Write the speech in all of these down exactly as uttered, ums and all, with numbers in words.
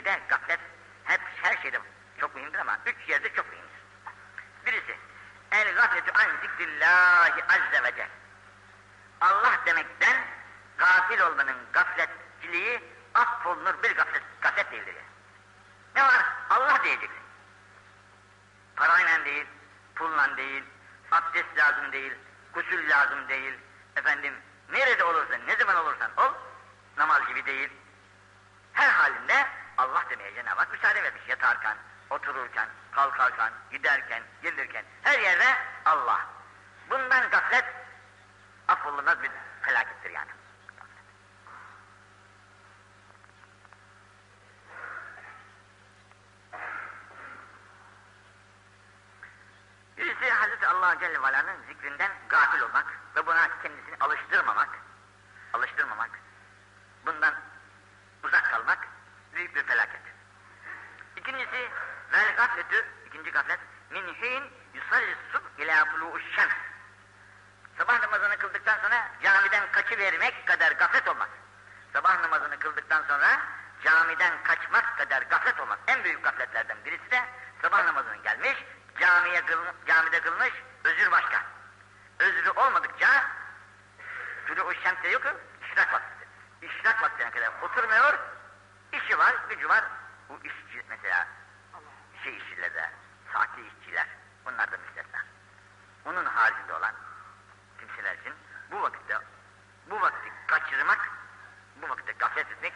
mühimse gaflet hep her şeyde çok mühimdir ama üç yerde çok mühimdir. Birisi el gafletu an zikrillahi azze ve celle. Allah demekten gafil olmanın gafletçiliği affolunur bir gaflet, gaflet değildir yani. Ne var? Allah diyeceksin. Parayla değil, pulla değil, abdest lazım değil, gusül lazım değil, efendim nerede olursan, ne zaman olursan ol, namaz gibi değil. Her halinde Allah demeye Cenab-ı Hak müsaade vermiş. Yatarken, otururken, kalkarken, giderken, gelirken, her yerde Allah. Bundan gaflet affolunmaz bir felakettir yani. Birisi Hazreti Allah Celle ve Ala'nın zikrinden gafil olmak ve buna kendisini alıştırmamak, alıştırmamak, bundan uzak kalmak büyük bir felaket. İkincisi vel gafletü, ikinci gaflet min hin yusallis subh ila tulu'uş şems. Sabah namazını kıldıktan sonra camiden kaçıvermek kadar gaflet olmaz. Sabah namazını kıldıktan sonra camiden kaçmak kadar gaflet olmaz. En büyük gafletlerden birisi de sabah namazının gelmiş, camiye kılmış, camide kılmış, özür başka. Özrü olmadıkça tulu'uş şems'te yok ki, işrak vaktidir. İşrak vaktine kadar oturmuyor, işi var, gücü var. Bu işçi mesela, şey işçiler de, saatli işçiler, onlar da müstesna. Onun haricinde olan kimseler için bu vakitte, bu vakti kaçırmak, bu vakitte gaflet etmek,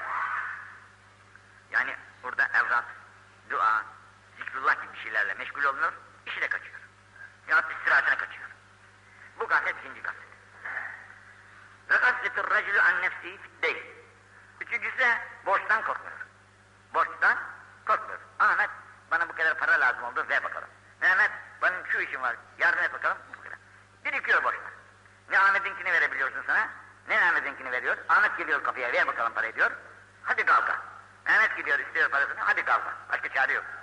yani burada evrat, dua, zikrullah gibi şeylerle meşgul olunur, işi de kaçıyor. Yahut istirahatine kaçıyor. Bu gaflet ikinci gaflet. Ve gafletur racülü an nefsi değil. Üçüncüsü de borçtan korkmuyor. Borçtan korkmuyor. Ahmet bana bu kadar para lazım oldu, ver bakalım. Mehmet benim şu işim var, yardım et bakalım. Bu kadar. Birikiyor borçlar. Ne Ahmet'inkini verebiliyorsun sana, ne Mehmet'inkini veriyor. Ahmet geliyor kapıya, ver bakalım parayı diyor. Hadi kavga. Mehmet gidiyor istiyor parasını, hadi kavga. Başka çare yok.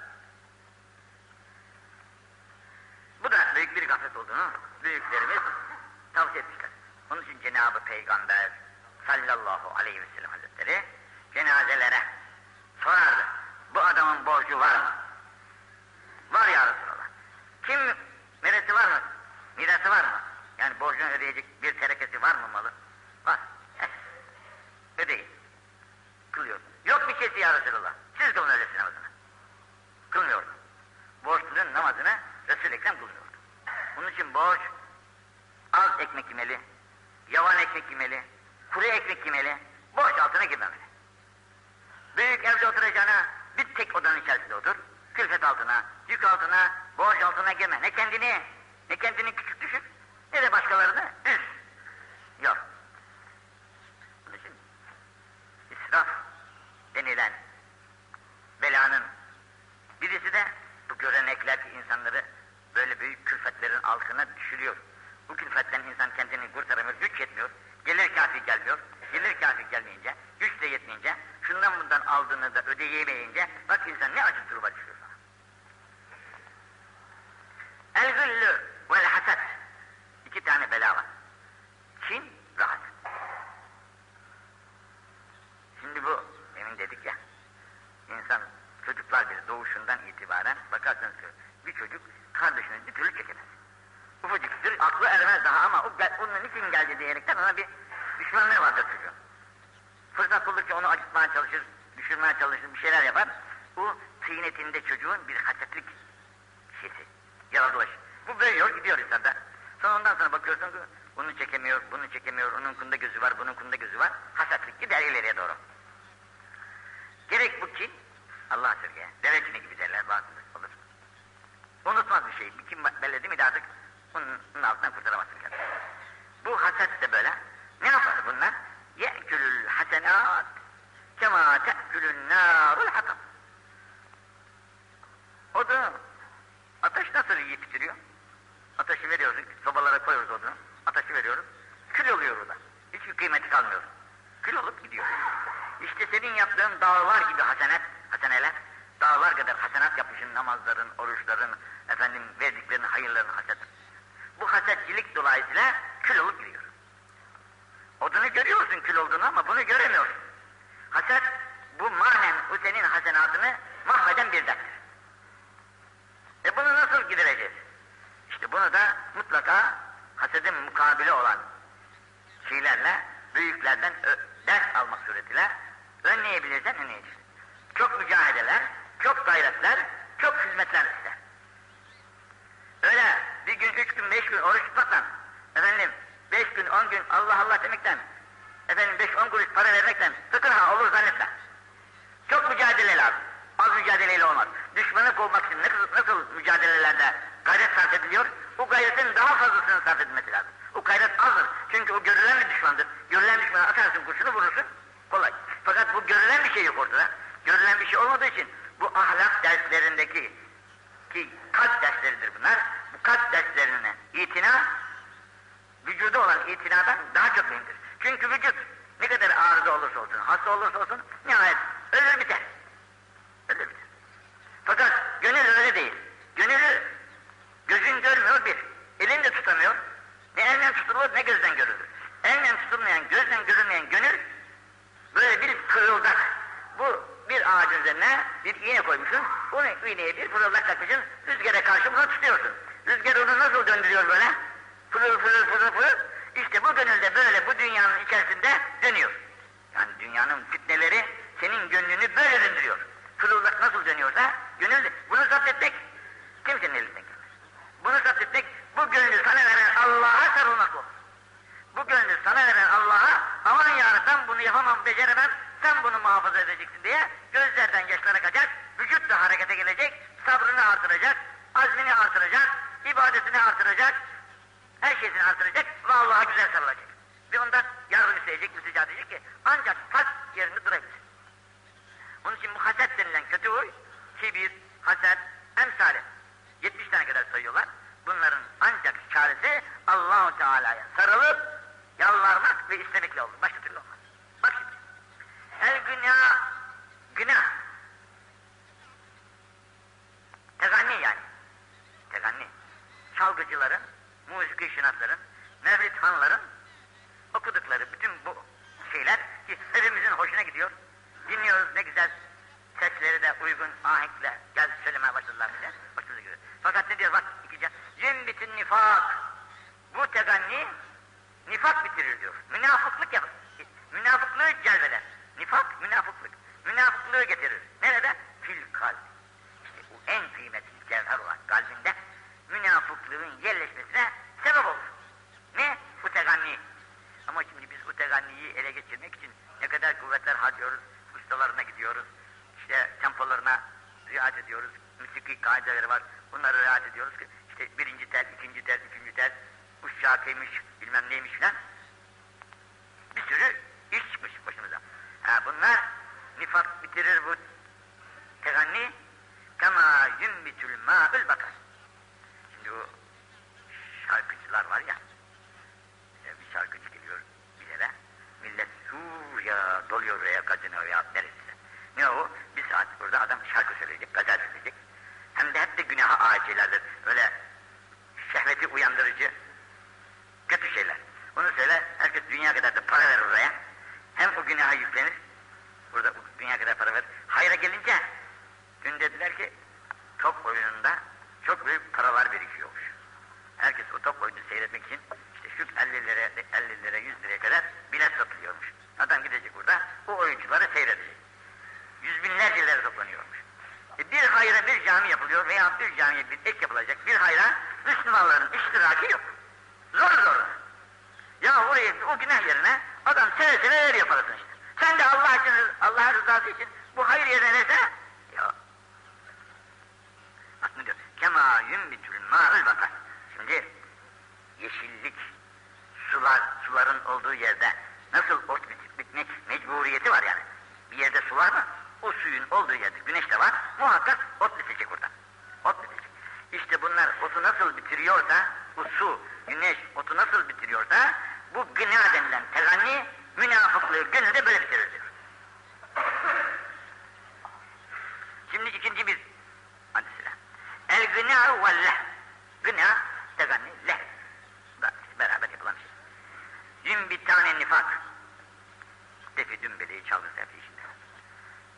Bu da büyük bir gaflet olduğunu büyüklerimiz tavsiye etmişler. Onun için Cenab-ı Peygamber sallallahu aleyhi ve sellem hazretleri cenazelere sorardı. Bu adamın borcu var mı? Var ya Resulallah. Kim mirası var mı? Mirası var mı? Yani borcunu ödeyecek bir terekesi var mı malı? Var. Eh, ödeyin. Kılıyor. Yok bir şeysi ya Resulallah. Siz kılın öylesi namazını. Kılmıyordu. Borçlunun namazını Resul-i Ekrem kılmıyordu. Bunun için borç az ekmek yemeli, yavan ekmek yemeli, kuru ekmek yemeli, borç altına girmemeli. Büyük evde oturacağına bir tek odanın içerisinde otur, külfet altına, yük altına, borç altına girme. Ne kendini, ne kendini küçük düşür, ne de başkalarını üz. Yok. Bunun için israf denilen belanın birisi de bu görenekler ki insanları böyle büyük külfetlerin altına düşürüyor. Bu külfetten insan kendini kurtaramıyor, güç yetmiyor, gelir kafi gelmiyor, gelir kafi gelmeyince, güç de yetmeyince, şundan bundan aldığını da ödeyemeyince, bak insan ne acı duruma düşüyor sana. El-gıllü vel-hasad. İki tane bela var. Kin ve hasad. Şimdi bu, demin dedik ya, insan çocuklar bile doğuşundan itibaren bakarsınız ki bir çocuk kardeşini bir türlü çekemez. Ufacıktır, aklı ermez daha ama o, onun için geldi diyerekten ona bir düşmanlığı vardır çocuğun. Fırsat buldukça onu acıtmaya çalışır, düşürmeye çalışır, bir şeyler yapar. Bu tıynetinde çocuğun bir hasetlik şeysi, yaratılış. Bu böyüyor, gidiyor insanda. Sonra ondan sonra bakıyorsun ki bunu çekemiyor, bunu çekemiyor, onun kunda gözü var, bunun kunda gözü var. Hasetlik gider ileriye doğru. Gerek bu ki, Allah sürgeye, derecine gibi derler bazıları olur. Unutmaz bir şey, kim belledi mi de artık onun, onun altından kurtaramazsın kendini. Bu haset de böyle. Ne yapar bunlar? Ye'külül hasenat kema te'külün nârul hatab. O da ateş nasıl yiyip bitiriyor? Ateşi veriyoruz, sobalara koyuyoruz odunu, ateşi veriyoruz, kül oluyor o da. Hiçbir kıymeti kalmıyor. Kül olup gidiyor. İşte senin yaptığın dağlar gibi hasenet, haseneler, dağlar kadar hasenat yapmışsın namazların, oruçların, efendim verdiklerin, hayırların haset. Bu hasetçilik dolayısıyla kül olup gidiyor. Odunu görüyorsun kül olduğunu ama bunu göremiyorsun. Haset bu manen o senin hasenatını mahveden bir derttir. E bunu nasıl gidereceğiz? İşte bunu da mutlaka hasedin mukabili olan şeylerle, büyüklerden ders almak suretiyle önleyebilirsen önleyeceksin. Çok mücahedeler, çok gayretler, çok hizmetler ister. Öyle bir gün, üç gün, beş gün oruç tutmaktan, efendim beş gün, on gün Allah Allah demekten, efendim beş on kuruş para vermekten fıkır ha olur zannetme. Çok mücadele lazım. Az mücadeleyle olmaz. Düşmanı kovmak için nasıl, nasıl mücadelelerde gayret sarf ediliyor? O gayretin daha fazlasını sarf edilmesi lazım. O gayret azdır. Çünkü o görülen bir düşmandır. Görülen düşmana atarsın kurşunu vurursun. Kolay. Fakat bu görülen bir şey yok ortada. Görülen bir şey olmadığı için bu ahlak derslerindeki ki kalp dersleridir bunlar. Bu kalp derslerine itina vücuda olan itinadan daha çok mühimdir. Çünkü vücut ne kadar arıza olursa olsun, hasta olursa olsun nihayet ölür biter. Ölür biter. Fakat gönül öyle değil. Gönülü gözün görmüyor bir. Elin de tutamıyor. Ne elden tutulur ne gözden görülür. Elden tutulmayan, gözden görülmeyen gönül böyle bir fırıldak. Bu bir ağacın üzerine bir iğne koymuşsun. Bu iğneye bir fırıldak takmışsın. Rüzgara karşı bunu tutuyorsun. Rüzgar onu nasıl döndürüyor böyle? Fırıl fırıl fırıl fırıl. İşte bu gönülde böyle bu dünyanın içerisinde dönüyor. Yani dünyanın fitneleri senin gönlünü böyle döndürüyor. Fırıldak nasıl dönüyorsa gönül de. Bunu zapt etmek kimsenin elinden gelmez. Bunu zapt etmek bu gönlü sana veren Allah'a sarılmak olur. Bu gönlü sana veren Allah'a aman yarın ben bunu yapamam, beceremem, sen bunu muhafaza edeceksin diye gözlerden yaşlar akacak, vücut da harekete gelecek, sabrını artıracak, azmini artıracak, ibadetini artıracak, her şeyini artıracak ve Allah'a güzel sarılacak. Ve ondan yardım isteyecek, müstecab edecek ki ancak tak yerinde durabilir. Onun için bu haset denilen kötü huy, kibir, haset, emsali yetmiş tane kadar sayıyorlar. Bunların ancak çaresi Allah-u Teala'ya sarılıp yalvarmak ve istemekle olur. Başka türlü olmaz. Bak şimdi. El günah, günah. Teganni yani. Teganni. Çalgıcıların, musiki şinatların, mevlid hanların okudukları bütün bu şeyler ki hepimizin hoşuna gidiyor. Dinliyoruz ne güzel. Sesleri de uygun ahenkle gel söylemeye başladılar bize. Başladı gibi. Fakat ne diyor bak ikinci. Yünbitin nifak. Bu teganni nifak bitirir diyor. Münafıklık yapar. Münafıklığı celbeder. Nifak münafıklık. Münafıklığı getirir. Nerede? Fil kalp. İşte bu en kıymetli cevher olan kalbinde münafıklığın yerleşmesine sebep olur. Ne? Bu teganni. Ama şimdi biz bu teganniyi ele geçirmek için ne kadar kuvvetler harcıyoruz. Ustalarına gidiyoruz. İşte tempolarına riayet ediyoruz. Müziki kaideleri var. Bunları riayet ediyoruz ki işte birinci tel, ikinci tel, üçüncü tel, uç şarkıymış, bilmem neymiş filan. Bir sürü iş çıkmış başımıza. Ha, bunlar nifak bitirir bu teganni. Kema yumbitül mâ'ül bakar. Şimdi o şarkıcılar var ya, bir şarkıcı geliyor bir yere, millet su ya doluyor veya gazino veya neresi. Ne o? Bir saat burada adam şarkı söyleyecek, gazel söyleyecek. Hem de hep de günaha ait şeylerdir. Öyle şehveti uyandırıcı, kötü şeyler. Onu söyle, herkes dünya kadar da para verir oraya. Hem o günaha yüklenir, burada dünya kadar para verir. Hayra gelince, dün dediler ki, top oyununda çok büyük paralar birikiyormuş. Herkes o top oyunu seyretmek için, işte şu elli lira, elli lira, yüz liraya kadar bilet satılıyormuş. Adam gidecek burada, o oyuncuları seyredecek. Yüz binlerce lira toplanıyormuş. E bir hayra bir cami yapılıyor veya bir camiye bir ek yapılacak bir hayra Müslümanların iştiraki yok. Zor zor. Ya oraya o günah yerine adam seve seve yer yaparsın işte. Sen de Allah için, Allah'ın rızası için bu hayır yerine neyse ya. Aslında diyor kema yumbitül mâ'ül bakar. Şimdi yeşillik, sular, suların olduğu yerde nasıl ot bitmek mecburiyeti var yani. Bir yerde su var mı? O suyun olduğu yerde güneş de var. Muhakkak ot bitecek orada. Ot bitecek. İşte bunlar otu nasıl bitiriyorsa, bu su, güneş otu nasıl bitiriyorsa, bu gına denilen teganni, münafıklığı gönülde böyle bitirir diyor. Şimdi ikinci bir hadisiyle. El gına ve leh. Gına, teganni, leh. Beraber yapılan şey. Cüm bir tane nifak. Defi dümbeleyi çalgı serfi içinde.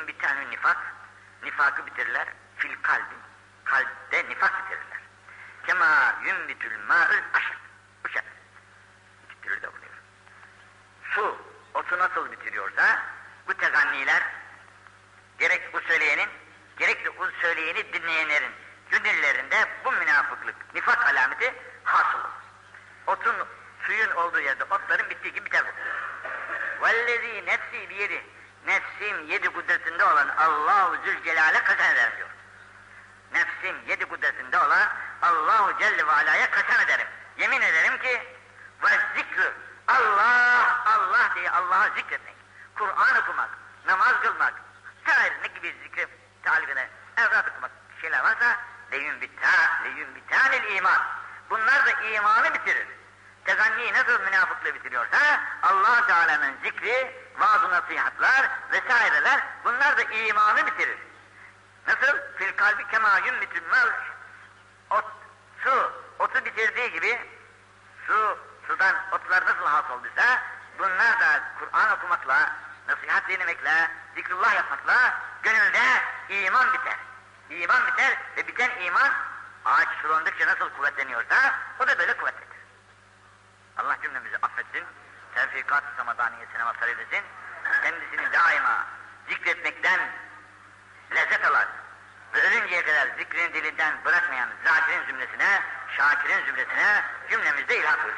yünbitanü nifak, nifakı bitirirler. Fil kalbi, kalpte nifak bitirirler. Kema yünbitül mâ'ül aşır. Bu şekilde. Bitirir de buluyor. Su, otu nasıl bitiriyorsa, bu teganniler, gerek bu söyleyenin, gerek de bu söyleyeni dinleyenlerin gönüllerinde bu münafıklık, nifak alameti hasıl olur. Otun, suyun olduğu yerde otların bittiği gibi biter bu. وَالَّذ۪ي nefsi biyedi, nefsim yedi kudretinde olan Allah-u Zülcelal'e kasem ederim diyor. Nefsim yedi kudretinde olan Allah-u Celle ve Ala'ya kasem ederim. Yemin ederim ki ve zikrü, Allah, Allah diye Allah'a zikretmek, Kur'an okumak, namaz kılmak, sair ne gibi zikri talibine evrat okumak şeyler varsa leyün bitta, leyün bittanil iman. Bunlar da imanı bitirir. Teganni nasıl münafıklığı bitiriyorsa Allah Teala'nın zikri, vaaz-ı nasihatlar vesaireler bunlar da imanı bitirir. Nasıl? Fil kalbi kema yünbitül mâ'ül ot, su, otu bitirdiği gibi su, sudan otlar nasıl hasıl olduysa bunlar da Kur'an okumakla, nasihat dinlemekle, zikrullah yapmakla gönülde iman biter. İman biter ve biten iman ağaç sulandıkça nasıl kuvvetleniyorsa o da böyle kuvvetlenir. Allah cümlemizi affetsin, tevfikat-ı samadaniyesine mazhar eylesin, kendisini daima zikretmekten lezzet alan ve ölünceye kadar zikrini dilinden bırakmayan zakirin zümresine, şakirin zümresine cümlemizde ilhak buyursun.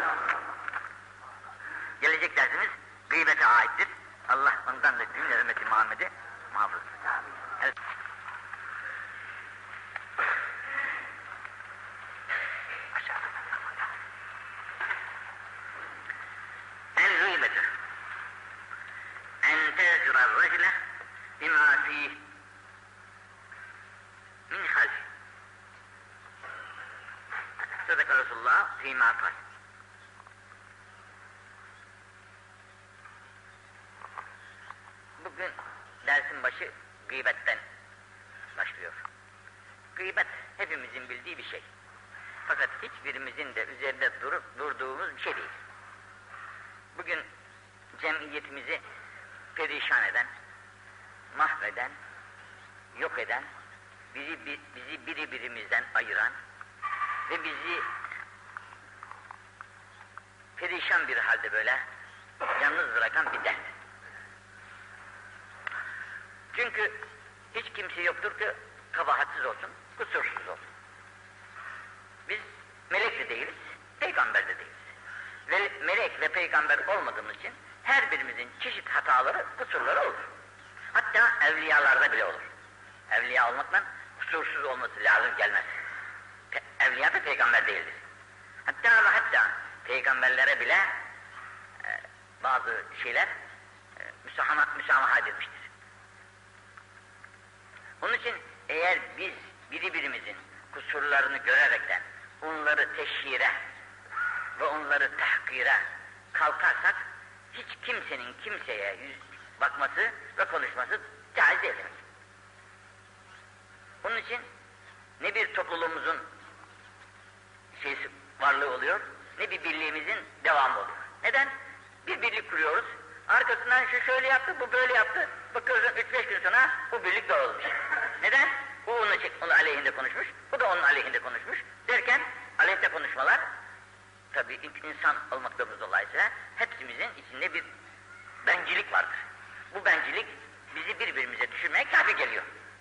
Gelecek dersimiz gıybete aittir. Allah ondan da cümle ümmeti Muhammed'i muhafız etsin. Evet. El-gıybetü en tezürer racile bima fih min half. Sadaka Resulullah fîmâ kal. Bugün dersin başı gıybetten başlıyor. Gıybet hepimizin bildiği bir şey. Fakat hiçbirimizin de üzerinde durup durduğumuz bir şey değil. Bugün cemiyetimizi perişan eden, mahveden, yok eden, bizi, bizi biri birimizden ayıran ve bizi perişan bir halde böyle yalnız bırakan bir dert. Çünkü hiç kimse yoktur ki kabahatsiz olsun, kusursuz olsun. Biz melek de değiliz, peygamber de değiliz. Ve melek ve peygamber olmadığımız için her birimizin çeşit hataları, kusurları olur. Hatta evliyalarda bile olur. Evliya olmakla kusursuz olması lazım gelmez. Pe evliya da peygamber değildir. Hatta ve hatta peygamberlere bile e, bazı şeyler e, müsamaha, müsamaha edilmiştir. Onun için eğer biz biri birimizin kusurlarını görerekten onları teşhire ve onları tahkire kalkarsak hiç kimsenin kimseye yüz bakması ve konuşması caiz değil. Onun için ne bir topluluğumuzun şeysi, varlığı oluyor, ne bir birliğimizin devamı oluyor. Neden? Bir birlik kuruyoruz, arkasından şu şöyle yaptı, bu böyle yaptı, bakıyorsun üç beş gün sonra bu birlik dağılmış. Neden? Bu onun, onun aleyhinde konuşmuş, bu da onun aleyhinde konuşmuş derken aleyhte konuşmalar, tabii insan olmakta dolayısıyla hepsimizin içinde bir bencilik vardır. Bu bencilik bizi birbirimize düşürmeye kafi geliyor.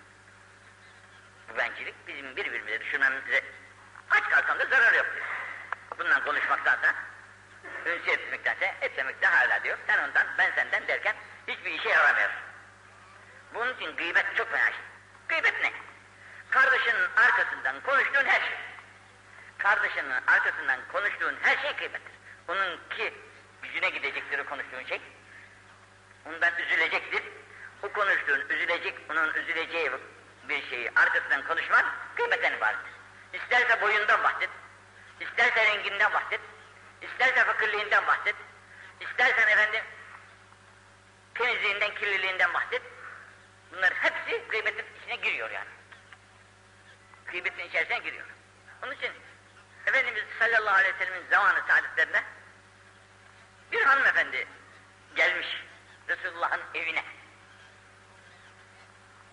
Bu bencilik bizim birbirimize düşürmemize aç kalsam da zarar yok. Bundan konuşmaktansa, ünsiyet etmektense etmemekten hala diyor. Sen ondan, ben senden derken hiçbir işe yaramıyor. Bunun için gıybet çok fena şey. Gıybet ne? Kardeşinin arkasından konuştuğun her şey. Kardeşinin arkasından konuştuğun her şey gıybettir. Onun ki gücüne gidecektir o konuştuğun şey. Ondan üzülecektir. O konuştuğun üzülecek, onun üzüleceği bir şeyi arkasından konuşman gıybetten ibarettir. İsterse boyundan bahset, isterse renginden bahset, isterse fakirliğinden bahset, istersen efendim temizliğinden, kirliliğinden bahset. Bunlar hepsi gıybetin içine giriyor yani. Gıybetin içerisine giriyor. Onun için Efendimiz sallallahu aleyhi ve sellem'in zamanı saadetlerinde bir hanımefendi gelmiş Resulullah'ın evine.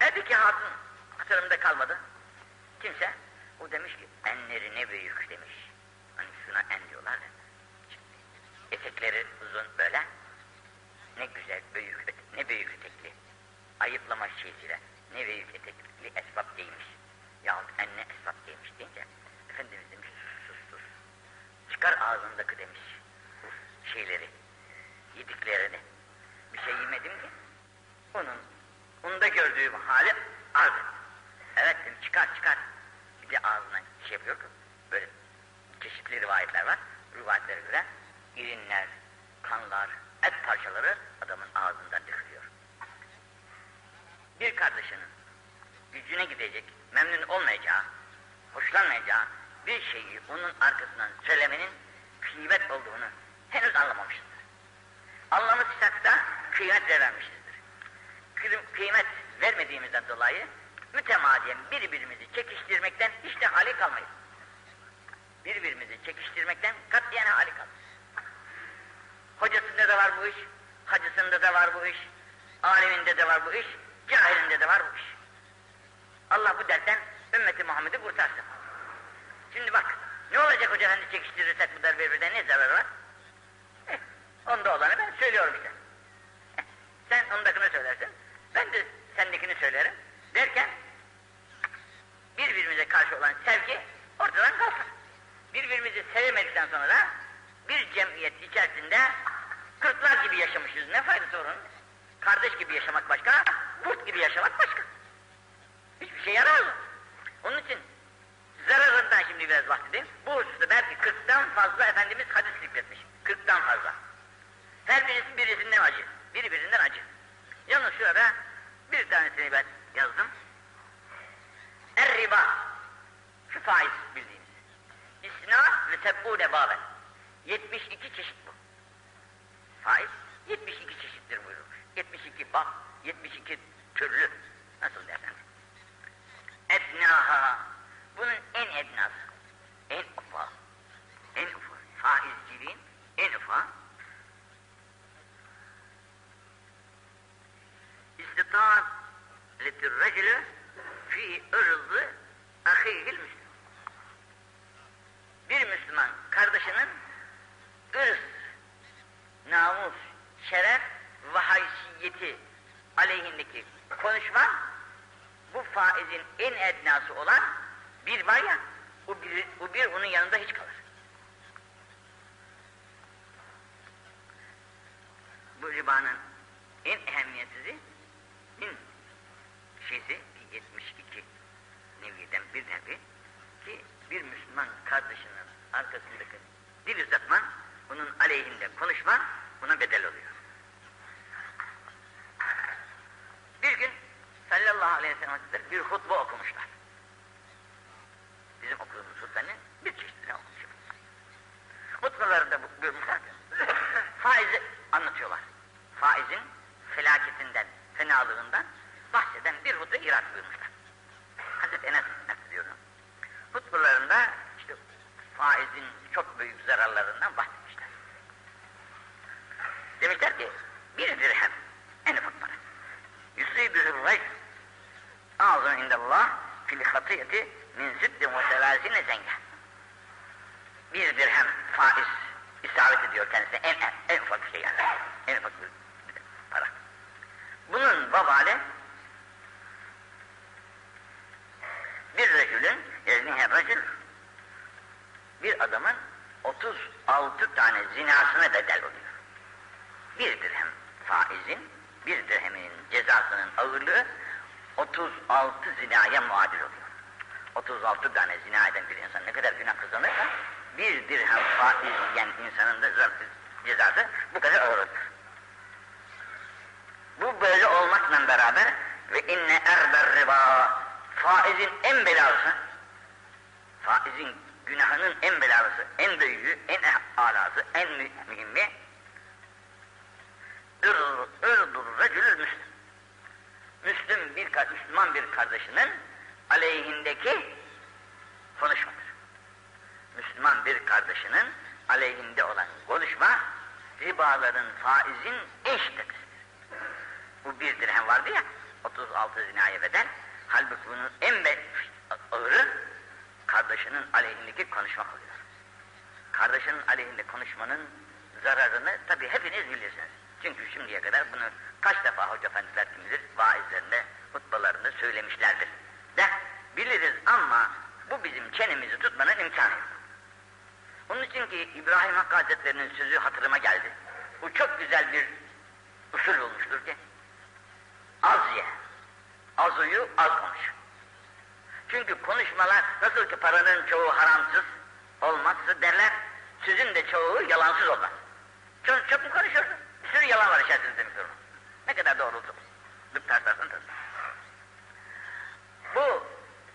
Evdeki hatun hatırımda kalmadı. Kimse, o demiş ki enleri ne büyük demiş. Hani şuna en diyorlar ya. Etekleri uzun böyle. Ne güzel büyük, ne büyük etekli. Ayıplama şeysiyle ne büyük etekli esbab giymiş. Yahut enne esbab giymiş deyince Efendimiz demiş sus sus sus. Çıkar ağzındaki demiş şeyleri, yediklerini. Bir şey yemedim ki. Onun, onda gördüğüm hali arz et. Evet dedim çıkar çıkar. Bir de ağzına şey yapıyor ki böyle çeşitli rivayetler var. Rivayetlere göre irinler, kanlar, et parçaları adamın ağzından dökülüyor. Bir kardeşinin gücüne gidecek, memnun olmayacağı, hoşlanmayacağı bir şeyi onun arkasından söylemenin kıymet olduğunu henüz anlamamışızdır. Anlamışsak da kıymet vermemişizdir. Kıymet vermediğimizden dolayı mütemadiyen birbirimizi çekiştirmekten hiç de hali kalmayız. Birbirimizi çekiştirmekten katiyen hali kalmayız. Hocasında da var bu iş, hacısında da var bu iş, aliminde de var bu iş, cahilinde de var bu iş. Allah bu dertten ümmeti Muhammed'i kurtarsın. Şimdi bak, ne olacak hoca efendi çekiştirirsek bu der birbirine ne zararı var? Eh, onda olanı ben söylüyorum işte. Eh, sen ondakini söylersin, ben de sendekini söylerim derken birbirimize karşı olan sevgi ortadan kalkar. Birbirimizi sevmedikten sonra da bir cemiyet içerisinde kırklar gibi yaşamışız. Ne faydası var onun? Kardeş gibi yaşamak başka, kurt gibi yaşamak başka. Hiçbir şey yaramaz. Onun için zararından şimdi biraz bahsedeyim. Bu hususta belki kırktan fazla Efendimiz hadis zikretmiş. Kırktan fazla. Her birisi birisinden acı. Biri birinden acı. Yalnız şurada bir tanesini ben yazdım. Er-riba. Şu faiz bildiğimiz. İsna ve tebbûne bâben. yetmiş iki çeşit bu. Faiz yetmiş iki çeşittir buyurulmuş. yetmiş iki bak, yetmiş iki türlü. Nasıl dersen? Ednâhâ. Bunun en ednası, en ufa, en ufa, faizciliğin en ufa. İstitâletir recülü fî ırzı ahîhil müslüm. Bir Müslüman kardeşinin ırz, namus, şeref ve haysiyeti aleyhindeki konuşma, bu faizin en ednası olan bir var ya, o bir, o bir onun yanında hiç kalır. Bu ribanın en ehemmiyetsizi, en şeysi yetmiş iki neviden bir nevi ki bir Müslüman kardeşinin arkasındaki dil uzatma, onun aleyhinde konuşma, buna bedel oluyor. Bir gün sallallahu aleyhi ve sellem bir hutbe okumuşlar. Bizim okuduğumuz hutbenin bir çeşitini okumuşlar. Hutbelerinde buyurmuşlar ki, faizi anlatıyorlar. Faizin felaketinden, fenalığından bahseden bir hutbe irat buyurmuşlar. Hazreti Enes naklediyorum. Hutbelerinde işte faizin çok büyük zararlarından bahsetmişler. Demişler ki, bir dirhem, en ufak para. Yusibühür rey, ağzın indallah, fil hatiyeti min siddin ve selâsine zenge. Bir dirhem faiz isabet ediyor kendisine, en, en, en ufak şey yani, en ufak bir para. Bunun vebali, bir rejülün, yani rejül, bir adamın otuz altı tane zinasına bedel oluyor. Bir dirhem faizin, bir dirheminin cezasının ağırlığı otuz altı zinaya muadil oluyor. otuz altı tane zina eden bir insan ne kadar günah kazanırsa, bir dirhem faiz yiyen insanın da cezası bu kadar ağır olur. Bu böyle olmakla beraber ve inne erber riba, faizin en belalısı, faizin günahının en belalısı, en büyüğü, en alası, en mühimmi ırdur recülül müslüm. Müslüm bir, Müslüman bir kardeşinin aleyhindeki konuşmadır. Müslüman bir kardeşinin aleyhinde olan konuşma, ribaların, faizin eş tepkisidir. Bu bir dirhem vardı ya, otuz altı zinaya bedel. Halbuki bunun en ağırı kardeşinin aleyhindeki konuşmak oluyor. Kardeşinin aleyhinde konuşmanın zararını tabii hepiniz bilirsiniz. Çünkü şimdiye kadar bunu kaç defa hoca efendiler kim bilir, vaizlerinde, hutbalarında söylemişlerdir. De biliriz ama bu bizim çenemizi tutmanın imkanı yok. Onun için ki İbrahim Hakkı Hazretleri'nin sözü hatırıma geldi. Bu çok güzel bir usul olmuştur ki az ye, az uyu, az konuş. Çünkü konuşmalar nasıl ki paranın çoğu haramsız olmazsa derler, sözün de çoğu yalansız olmaz. Çok, çok mu konuşuyorsun? Bir sürü yalan var içerisinde demek durma. Ne kadar doğru olsun. Dıp tartarsın tarzı. Bu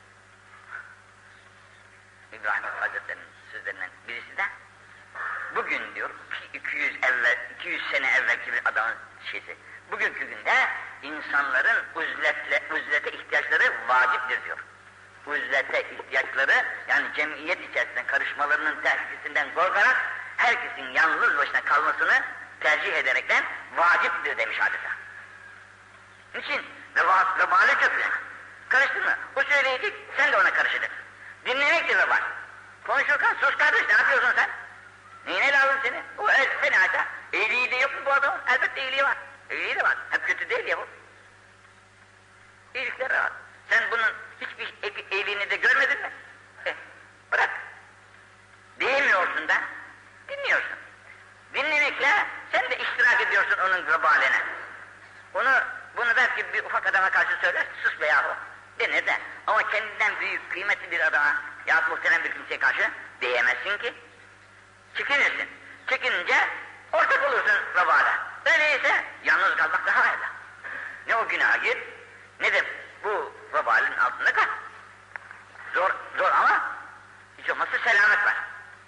İbrahim Hazretleri'nin sözlerinden birisi de bugün diyor iki yüz evvel iki yüz sene evvelki bir adamın şeysi. Bugünkü günde insanların uzletle uzlete ihtiyaçları vaciptir diyor. Uzlete ihtiyaçları yani cemiyet içerisinde karışmalarının tehlikesinden korkarak herkesin yalnız başına kalmasını tercih ederekten vaciptir demiş adeta. Niçin? Vebali köprü. Karıştırma. O söyleyecek, sen de ona karışacaksın. Dinlemektir vebal. Konuşurken sus kardeş, ne yapıyorsun sen? Neyine lazım seni? O el, seni ata. İyiliği de yok mu bu adamın? Elbette iyiliği var. İyiliği de var. Hep kötü değil ya bu. İyilikleri var. Sen bunun hiçbir iyiliğini de görmedin mi? Eh, bırak. Diyemiyorsun da, dinliyorsun. Dinlemekle sen de iştirak ediyorsun onun vebaline. Onu, bunu belki bir ufak adama karşı söyler, sus be yahu denir de. Ama kendinden büyük, kıymetli bir adama yahut muhterem bir kimseye karşı diyemezsin ki. Çekinirsin. Çekinince ortak olursun vebale. Öyleyse yalnız kalmak daha hayırlı. Ne o günaha gir, ne de bu vebalin altında kal. Zor, zor ama hiç olmazsa selamet var.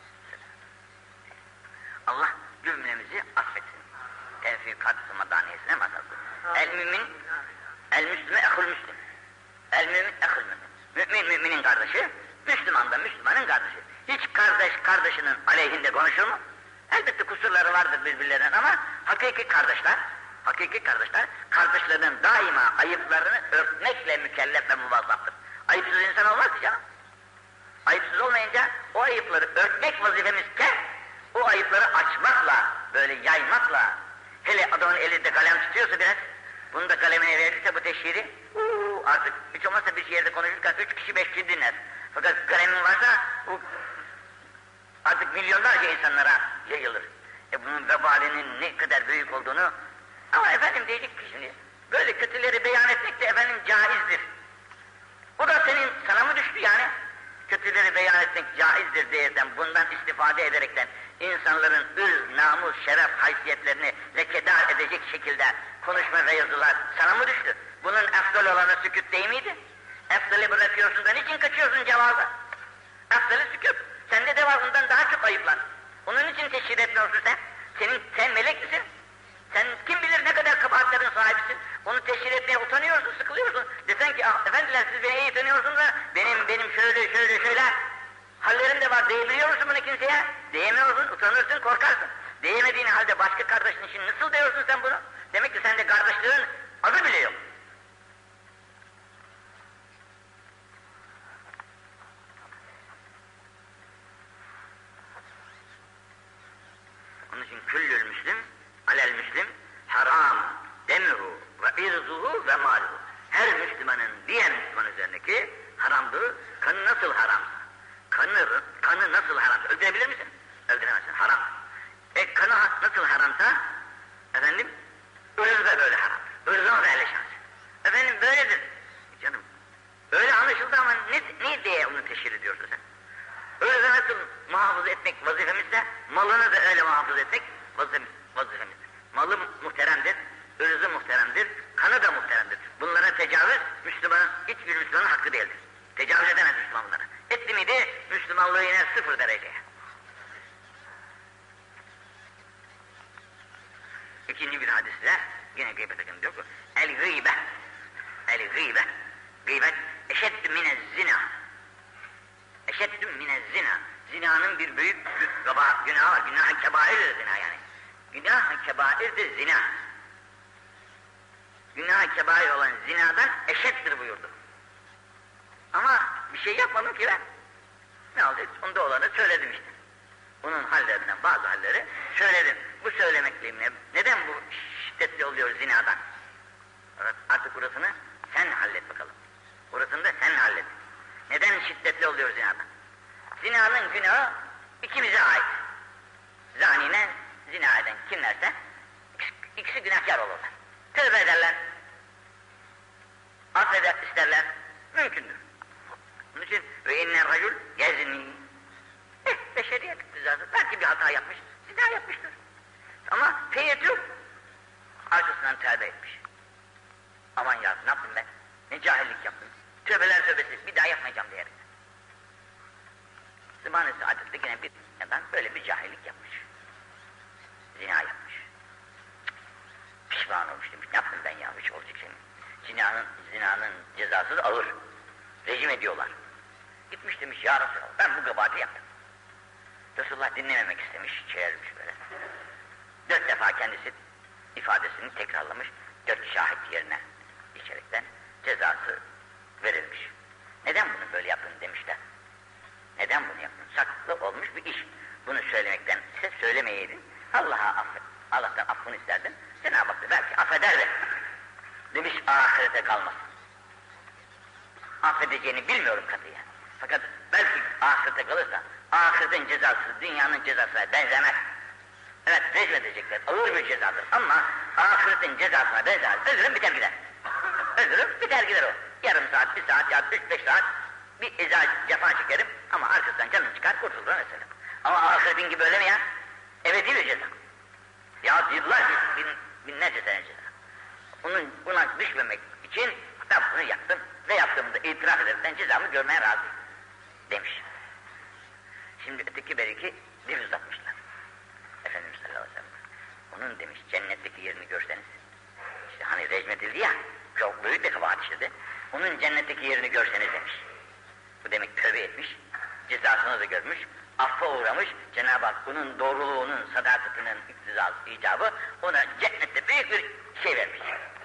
Allah cümlemizi affetsin. Tevfikat-ı madaniyesine mazhar. El mümin, el müslüme ehul müslim. El mümin ehul mümin. Mümin müminin kardeşi, Müslüman da Müslümanın kardeşi. Hiç kardeş kardeşinin aleyhinde konuşur mu? Elbette kusurları vardır birbirlerinin ama hakiki kardeşler, hakiki kardeşler kardeşlerinin daima ayıplarını örtmekle mükellef ve muvazzaptır. Ayıpsız insan olmaz ki canım. Ayıpsız olmayınca o ayıpları örtmek vazifemizken o ayıpları açmakla, böyle yaymakla, hele adamın elinde kalem tutuyorsa biraz, bunu da kalemine verirse bu teşhiri, uuu artık hiç olmazsa bir yerde konuşurken üç kişi beş kişi dinler. Fakat kalemin varsa bu artık milyonlarca insanlara yayılır. E bunun vebalinin ne kadar büyük olduğunu, ama efendim diyecek ki şimdi, böyle kötüleri beyan etmek de efendim caizdir. Bu da senin, sana mı düştü yani? Kötüleri beyan etmek caizdir diyerden, bundan istifade ederekten insanların ırz, namus, şeref, haysiyetlerini lekedar edecek şekilde konuşma ve yazılar sana mı düştü? Bunun efdal olanı sükût değil miydi? Efdali bırakıyorsun da niçin kaçıyorsun cevaba? Efdali sükût. Sende de var bundan daha çok ayıplar. Onun için teşhir etmiyorsun sen. Senin, sen melek misin? Sen kim bilir ne kadar kabahatlerin sahibisin. Onu teşhir etmeye utanıyorsun, sıkılıyorsun. Desen ki ah, efendiler siz beni iyi tanıyorsunuz da benim benim şöyle şöyle şöyle hallerim de var. Diyebiliyor musun bunu kimseye? Diyemiyorsun, utanırsın, korkarsın. Diyemediğin halde başka kardeşin için nasıl diyorsun sen bunu? Demek ki sende kardeşlerin adı bile yok. Onun için küllül müslim, alel müslim, haram, demiru ve irzuhu ve maluhu. Her Müslümanın diğer Müslüman üzerindeki haramdır. Kanı nasıl haramsa, kanı, kanı nasıl haramsa, öldürebilir misin? Öldüremezsin, haram. E kanı nasıl haramsa, efendim, ırz da böyle haram. Irzına da hele şans. Efendim böyledir. Canım, öyle anlaşıldı ama ne, ne diye onu teşhir ediyorsun sen? Öyle nasıl muhafaza etmek vazifemizse, malını da öyle muhafaza etmek vazifemizdir. Malı muhteremdir, ırzı muhteremdir, kanı da muhteremdir. Bunlara tecavüz, Müslümanın, hiçbir Müslümanın hakkı değildir. Tecavüz edemez Müslüman bunlara. Etti miydi, Müslümanlığı iner sıfır dereceye. İkinci bir hadisle, yine gıybet hakkında diyor ki, el-gıybe, el-gıybe, gıybet, eşeddü minez zina. Eşeddü minez zina. Zinanın bir büyük günahı var. Günah-ı kebairdir zina yani. Günah-ı kebairdir zina. günah kebair olan zinadan eşittir buyurdu. Ama bir şey yapmadım ki ben. Ne oldu? Onda olanı söyledim işte. Bunun hallerinden bazı halleri söyledim. Bu söylemekle neden bu şiddetli oluyor zinadan? Artık burasını sen hallet bakalım. Burasını da sen hallet. Neden şiddetli oluyor zinadan? Zinanın günahı ikimize ait. Zanine zina eden kimlerse ikisi günahkar olurlar. Tövbe ederler. Affeder isterler. Mümkündür. Onun için ve inne racul yezni. Eh, beşeriyet cezası. Belki bir hata yapmış, zina yapmıştır. Ama teyit yok. Arkasından tövbe etmiş. Aman ya, ne yaptım ben? Ne cahillik yaptım. Tövbeler tövbesi, bir daha yapmayacağım diyerek. Zıman-ı Saadet'te yine bir yandan böyle bir cahillik yapmış. Zina yapmış. Pişman olmuş demiş, ne yaptım ben ya, hiç olacak şey mi? Zinanın, zinanın cezası da ağır. Rejim ediyorlar. Gitmiş demiş, ya Resulallah, ben bu kabahati yaptım. Resulullah dinlememek istemiş, çevirmiş böyle. Dört defa kendisi ifadesini tekrarlamış, dört şahit yerine içerekten cezası verilmiş. Neden bunu böyle yaptın demişler. Neden bunu yaptın? Saklı olmuş bir iş. Bunu söylemekten, size söylemeyeydin, Allah'a affet, Allah'tan affını isterdin, Cenab-ı Hak da belki affederdi. Demiş, ahirete kalmasın. Affedeceğini bilmiyorum katiyen. Fakat belki ahirete kalırsa, ahiretin cezası dünyanın cezasına benzemez. Evet, rejim edecekler, ağır bir cezadır ama ahiretin cezasına benzer. Ölürüm biter gider. Ölürüm biter gider o. Yarım saat, bir saat ya üç beş saat bir eza cefa çekerim ama arkasından canım çıkar kurtulur mesela. Ama ahiretin gibi öyle mi ya? Ebedi bir ceza. Ya yıllar bin, binlerce sene ceza. Onun, buna düşmemek için ben bunu yaptım ve yaptığımda itiraf ederekten cezamı görmeye razıyım demiş. Şimdi öteki belki dil uzatmışlar. Efendimiz sallallahu aleyhi ve sellem. Onun demiş cennetteki yerini görseniz. İşte hani rejmedildi ya, çok büyük bir kabahat işledi. Onun cennetteki yerini görseniz demiş. Bu demek tövbe etmiş, cezasını da görmüş, affa uğramış. Cenab-ı Hak bunun doğruluğunun, sadakatinin iktizası, icabı ona cennette büyük bir şey vermiş.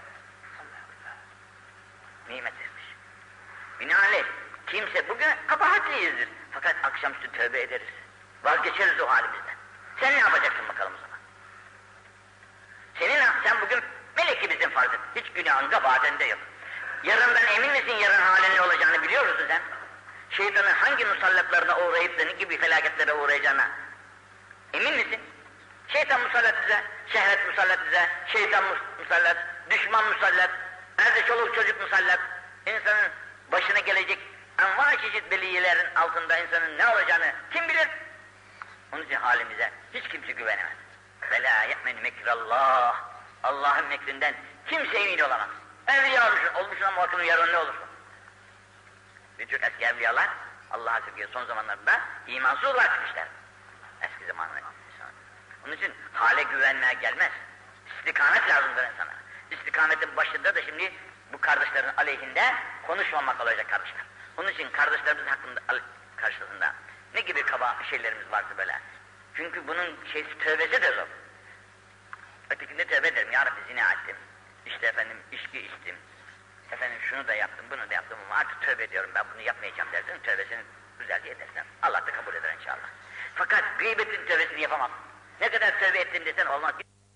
Nimet vermiş. Binaenaleyh kimse bugün kabahatliyizdir. Fakat akşamüstü tövbe ederiz. Vazgeçeriz o halimizden. Sen ne yapacaksın bakalım o zaman? Senin, sen bugün melek gibisin farz et. Hiç günahın kabahatinde yok. Yarından emin misin yarın halin ne olacağını biliyor musun sen? Şeytanın hangi musallatlarına uğrayıp da ne gibi felaketlere uğrayacağına emin misin? Şeytan musallat bize, şehvet musallat bize, şeytan musallat, düşman musallat, nerede çoluk çocuk musallat, insanın başına gelecek enva çeşit beliyelerin altında insanın ne olacağını kim bilir? Onun için halimize hiç kimse güvenemez. وَلَا يَأْمَنْ مَكْرَ اللّٰهِ Allah'ın mekrinden kimse emin olamaz. Evliya olmuşsun, olmuşsun ama bakın yarın ne olursun? Birçok eski evliyalar Allah'a sevgiye son zamanlarda imansız olarak çıkmışlar. Eski zamanlarda. Onun için hale güvenmeye gelmez. İstikamet lazımdır insana. İstikametin başında da şimdi bu kardeşlerin aleyhinde konuşmamak olacak kardeşler. Onun için kardeşlerimiz hakkında karşısında ne gibi kaba şeylerimiz varsa böyle. Çünkü bunun şeysi tövbesi de zor. Ötekinde tövbe ederim, ya Rabbi zina ettim. İşte efendim içki içtim. Efendim şunu da yaptım, bunu da yaptım ama artık tövbe ediyorum, ben bunu yapmayacağım dersin, tövbesini güzelce edersin. Allah da kabul eder inşallah. Fakat gıybetin tövbesini yapamaz. Ne kadar tövbe ettim desen olmaz.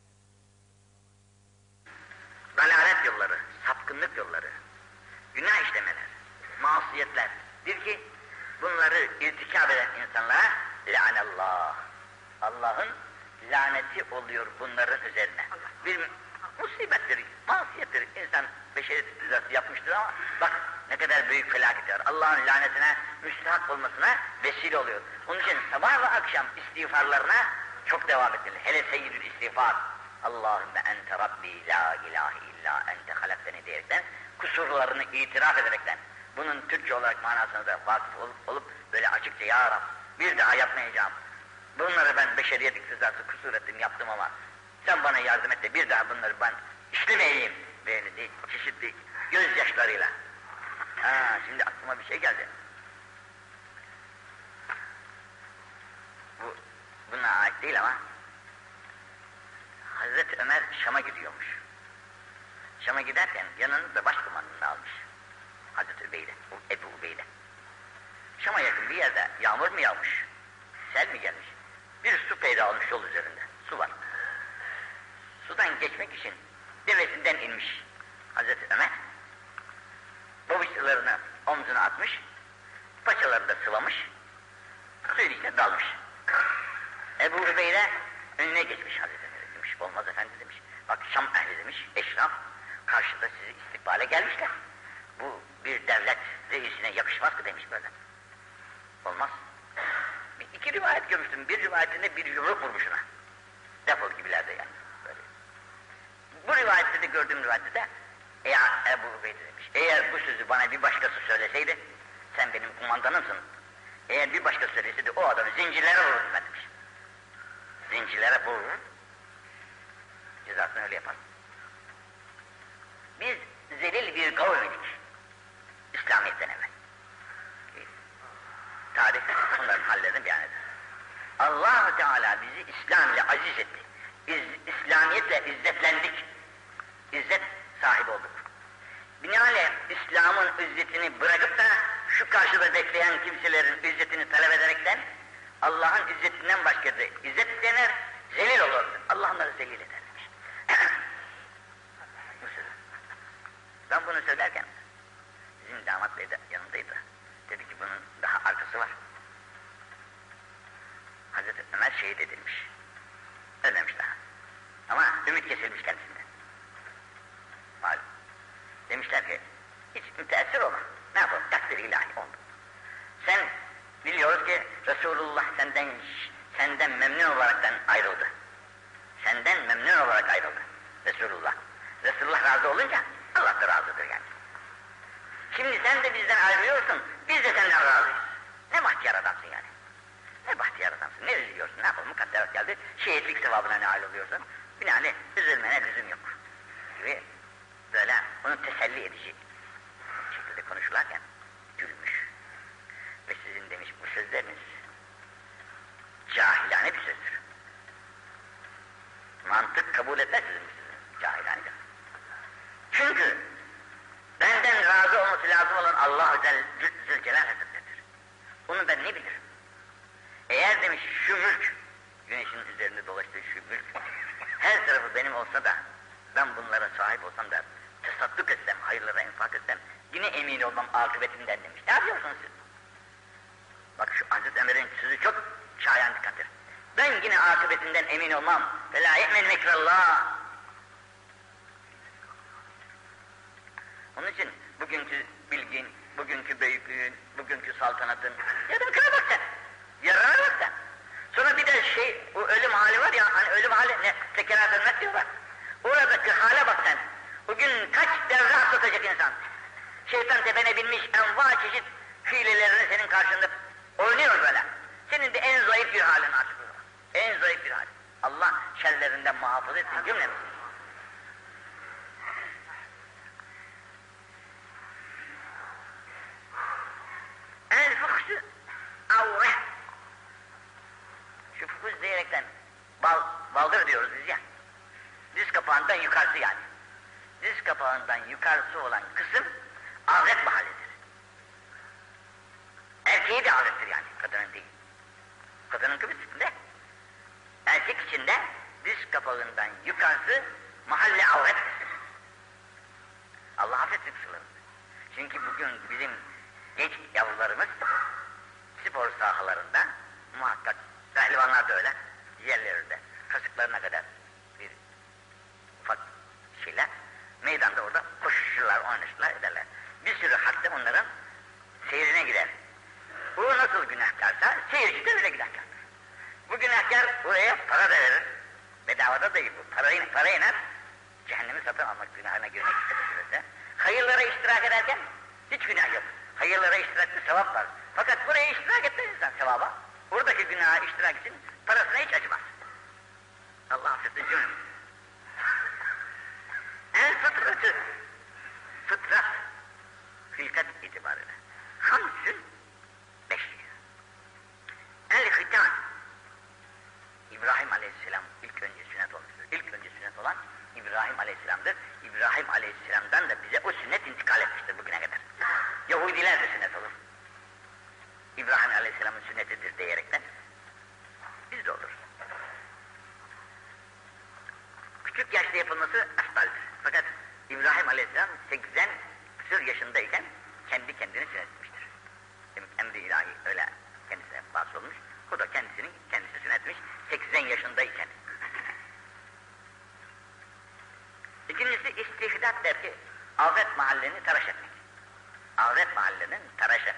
Dalalet yolları, sapkınlık yolları, günah işlemeler, masiyetler. Bir ki bunları irtikab eden insanlara lanallah. Allah'ın laneti oluyor bunların üzerine. Bir musibettir, masiyettir. İnsan beşeri cezası yapmıştır ama bak ne kadar büyük felaket var. Allah'ın lanetine müstahak olmasına vesile oluyor. Onun için sabah ve akşam istiğfarlarına çok devam edilir. Hele seyyidül istiğfar. Allahümme ente Rabbi la ilahe illa ente halakteni diyerekten, kusurlarını itiraf ederekten, bunun Türkçe olarak manasına da vakıf olup, olup böyle açıkça ya Rab bir daha yapmayacağım. Bunları ben beşeriyet iktizası kusur ettim, yaptım ama sen bana yardım et de bir daha bunları ben işlemeyeyim böyle çeşitli gözyaşlarıyla. Ha, şimdi aklıma bir şey geldi. Bu buna ait değil ama Hazreti Ömer Şam'a gidiyormuş. Şam'a giderken yanında başkumandanını almış. Hazreti Übeyde, Ebu Übeyde. Şam'a yakın bir yerde yağmur mu yağmış? Sel mi gelmiş? Bir su peyda olmuş yol üzerinde. Su var. Sudan geçmek için devesinden inmiş Hazreti Ömer. Babuşlarını omzuna atmış. Paçalarını da sıvamış. Suyun içine dalmış. Ebu Übeyde önüne geçmiş Hazreti Ömer demiş. Olmaz efendi demiş. Bak Şam ehli demiş. Eşraf karşıda sizi istikbale gelmişler. Bu bir devlet reisine yakışmaz mı demiş böyle. Olmaz. Bir, iki rivayet görmüştüm. Bir rivayetinde bir yumruk vurmuş ona. Defol gibilerde yani. Böyle. Bu rivayette de gördüğüm rivayette de ya Ebu Übeyde demiş. Eğer bu sözü bana bir başkası söyleseydi sen benim kumandanımsın. Eğer bir başkası söyleseydi o adamı zincirlere vururdum ben demiş. Zincirlere vurur. Cezasını öyle yapar. Biz zelil bir kavim idik. İslamiyet'ten evvel. Tarih bunların hallerini beyan eder. Allah-u Teala bizi İslam ile aziz etti. İz, İslamiyetle izzetlendik. İzzet sahibi olduk. Binaenaleyh İslam'ın izzetini bırakıp da şu karşıda bekleyen kimselerin izzetini talep ederekten Allah'ın izzetinden başka da izzet denir, zelil olur. Allah onları zelil eder demiş. Ben bunu söylerken bizim damat bey de yanındaydı. Dedi ki bunun daha arkası var. Hazreti Ömer şehit edilmiş. Ölmemiş daha. Ama ümit kesilmiş kendisinden. Malum. Demişler ki hiç müteessir olma. Ne yapalım? Takdir ilahi oldu. Sen biliyoruz ki Resulullah senden senden memnun olaraktan ayrıldı. Senden memnun olarak ayrıldı. Resulullah. Resulullah razı olunca Allah da razıdır yani. Şimdi sen de bizden ayrılıyorsun, biz de senden razıyız. Ne bahtiyar adamsın yani. Ne bahtiyar adamsın, ne üzülüyorsun, ne yapalım, mukadderat geldi, şehitlik sevabına ne ayrılıyorsun. Binaenaleyh üzülmene lüzum yok. Gibi böyle onu teselli edici şekilde konuşurlarken gülmüş. Ve sizin demiş bu sözleriniz cahilane bir sözdür. Mantık kabul etmez sizin sizin cahilane. Çünkü benden razı olması lazım olan Allah-u Zülcelal Hazretleri'dir. Onu ben ne bilirim? Eğer demiş şu mülk, güneşin üzerinde dolaştığı şu mülk, her tarafı benim olsa da ben bunlara sahip olsam da tasadduk etsem, hayırlara infak etsem yine emin olmam akıbetinden demiş. Ne yapıyorsunuz siz? Bak şu Hazreti Ömer'in sözü çok şayan dikkattir. Ben yine akıbetinden emin olmam. Fela ye'men mekrallah. Onun için bugünkü bilgin, bugünkü büyüklüğün, bugünkü saltanatın yararına bak sen. Yararına bak sen. Sonra bir de şey, o ölüm hali var ya, hani ölüm hali ne? Sekerat ölmek diyorlar. Oradaki hale bak sen. Bugün kaç devre atlatacak insan. Şeytan tepene binmiş enva çeşit hilelerini senin karşında oynuyor böyle. Senin de en zayıf bir halin artık. En zayıf bir hal. Allah şerlerinden muhafaza etsin cümlemizi. El fuhsu avre. Şu fuhus diyerekten bal, baldır diyoruz biz ya. Diz kapağından yukarısı yani. Diz kapağından yukarısı olan kısım avret mahallidir. Erkeği de avrettir yani, kadının değil. Kadının kıbrısında erkek içinde diz kapağından yukarısı mahalle avrettir. Allah affetsin kısırlarını. Çünkü bugün bizim genç yavrularımız spor sahalarında muhakkak, pehlivanlar da öyle, yerlerinde kasıklarına kadar bir ufak şeyler meydanda orada koşuşurlar, oynashırlar, ederler. Bir sürü hatta onların seyrine gider. Bu nasıl günahkarsa seyirci de öyle günahkardır. Bu günahkar buraya para da verir. Bedavada değil bu. Parayı, parayla cehennemi satın almak günahına girmek istedirse. Hayırlara iştirak ederken hiç günah yok. Hayırlara iştirakta sevap var. Fakat buraya iştirak etmez insan sevaba. Buradaki günaha iştirak için parasına hiç acımaz. Allah affetsin cümle. El fıtratı, fıtrat, hilkat itibarıyla. Hamsün beş. El hitan. İbrahim Aleyhisselam ilk önce sünnet olmuştur. İlk önce sünnet olan İbrahim Aleyhisselam'dır. İbrahim Aleyhisselam küçük yaşta yapılması eftaldir. Fakat İbrahim Aleyhisselam seksen küsur yaşındayken kendi kendini sünnetmiştir. Emri ilahi öyle kendisine bahsolmuş. O da kendisini kendisi sünnetmiş seksen yaşındayken. İkincisi istihdat der ki avret mahallini tıraş etmek. Avret mahallinin tıraşı.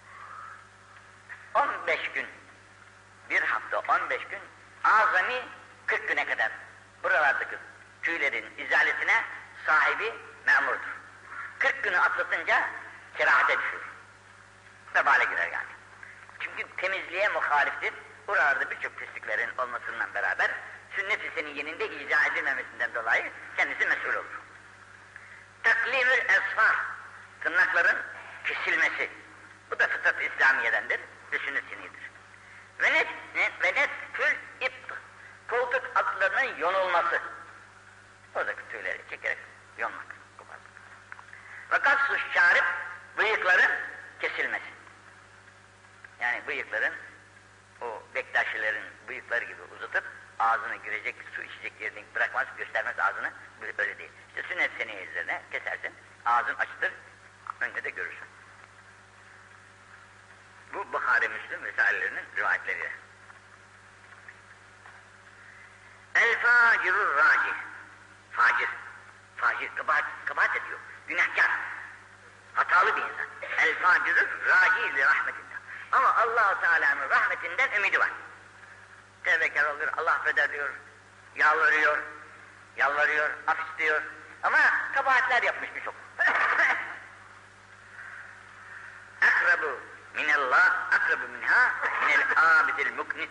on beş gün, bir hafta on beş gün, azami kırk güne kadar buralardaki tüylerin izalesine sahibi memurdur. kırk günü atlatınca kerahate düşür. Vebale girer yani. Çünkü temizliğe muhaliftir. Buralarda birçok pisliklerin olmasından beraber sünnet-i seniyyeninde icra edilmemesinden dolayı kendisi mesul olur. Taklimül esfar, tırnakların kesilmesi. Bu da fıtrat-ı İslamiyedendir ve sünnet seniyedir. Ve net, net, ve net tül ipt, koltuk altlarının yonulması. Oradaki tüyleri çekerek yonmak. Fakat sus çağırıp bıyıkların kesilmesi. Yani bıyıkların, o bektaşilerin bıyıkları gibi uzatıp ağzına girecek, su içecek yerini bırakmaz, göstermez ağzını, öyle değil. İşte sünnet seneye üzerine kesersin, ağzın açılır, önce de görürsün. Bu Buhari Müslüm vesairelerinin rivayetleri. El-Facirur Raci, facir, facir, kabahat, kabahat ediyor, günahkar, hatalı bir insan. El-Facirur Raci li rahmetillah. Ama Allah-u Teala'nın rahmetinden ümidi var. Tevbekar oluyor, Allah affeder diyor, yalvarıyor, yalvarıyor, af istiyor. Ama kabahatler yapmış birçok. Akrabu minallah, akrabu minha, minel abidil muknit.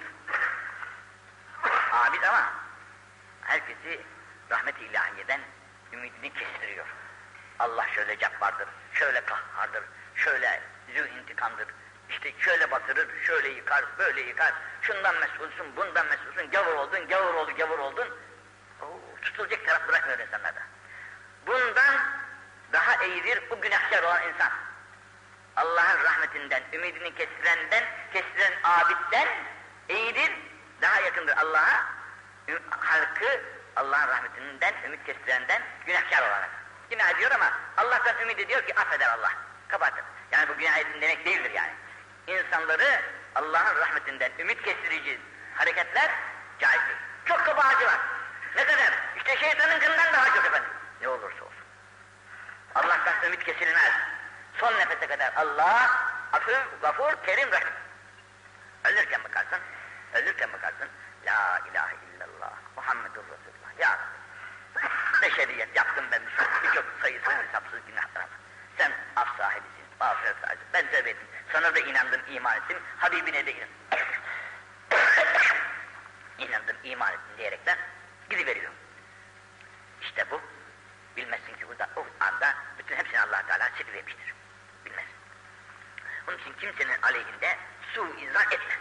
Abid ama herkesi rahmet-i ilahiyeden ümidini kestiriyor. Allah şöyle cabbardır, şöyle kahhardır, şöyle zü intikamdır. İşte şöyle batırır, şöyle yıkar, böyle yıkar. Şundan mesulsun, bundan mesulsun, gavur oldun, gavur oldu, gavur oldun. Oo, tutulacak taraf bırakmıyor insanlarda. Bundan daha eğilir bu günahkar olan insan. Allah'ın rahmetinden, ümidini kestirenden, kestiren abitten eğilir, daha yakındır Allah'a. Halkı Allah'ın rahmetinden, ümit kestirenden günahkar olarak. Günah ediyor ama Allah'tan ümit ediyor ki affeder Allah, kabahattir. Yani bu günah edin demek değildir yani. İnsanları Allah'ın rahmetinden ümit kestirici hareketler caizdir. Çok kabahati var. Ne kadar? İşte şeytanın kından daha çok efendim. Ne olursa olsun. Allah'tan ümit kesilmez. Son nefese kadar Allah, afı, gafur, kerim, rahim. Ölürken bakarsın, ölürken bakarsın. La ilahe illallah, Muhammedur Resulullah. Ya beşeriyet yaptım ben birçok sayısız hesapsız günahlar. Sen af sahibisin, mağfiret sahibisin. Ben tövbe ettim. Sana da inandım, iman ettim. Habibine de inandım. İnandım, iman ettim diyerekten gidiveriyorum. İşte bu. Bilmezsin ki burada, o anda bütün hepsini Allah Teala çekivermiştir. Bilmezsin. Onun için kimsenin aleyhinde suizan etme.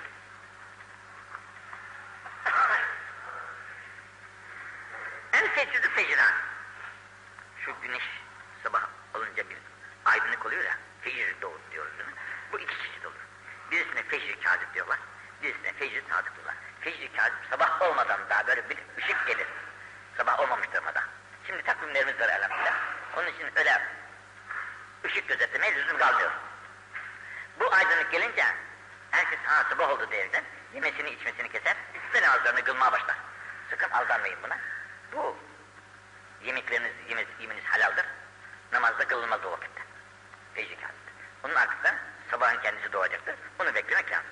En fecrü fecran. Şu güneş sabah olunca bir aydınlık oluyor ya, fecr doğu diyoruz değil mi? Bu iki çeşit olur. Birisine fecr kâzip diyorlar, birisine fecr sadık diyorlar. Fecr kâzip sabah olmadan daha böyle bir ışık gelir. Sabah olmamış durmadan. Şimdi takvimlerimiz var elhamdülillah. Onun için öyle ışık gözetlemeye lüzum kalmıyor. Bu aydınlık gelince herkes ha sabah oldu diyerekten yemesini içmesini keser ve namazlarını kılmaya başlar. Sakın aldanmayın buna. Bu yemekleriniz, yemeniz, yemeniz halaldir. Namazda kılınmaz o vakitte. Fecr kâziptir. Onun arkasından sabahın kendisi doğacaktır. Onu beklemek lazım.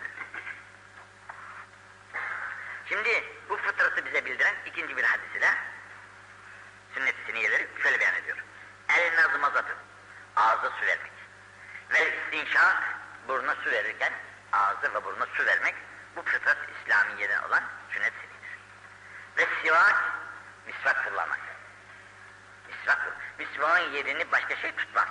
Şimdi bu fıtratı bize bildiren ikinci bir hadisi de sünnet-i seniyeleri şöyle beyan ediyor. El nazmazatı, ağza su vermek. Ve istinşak, buruna su verirken ağza ve buruna su vermek bu fıtrat İslamiye'den olan sünnet seniyedir. Ve sivak, misvak kullanmak. Misvak, misvakın yerini başka şey tutmaz.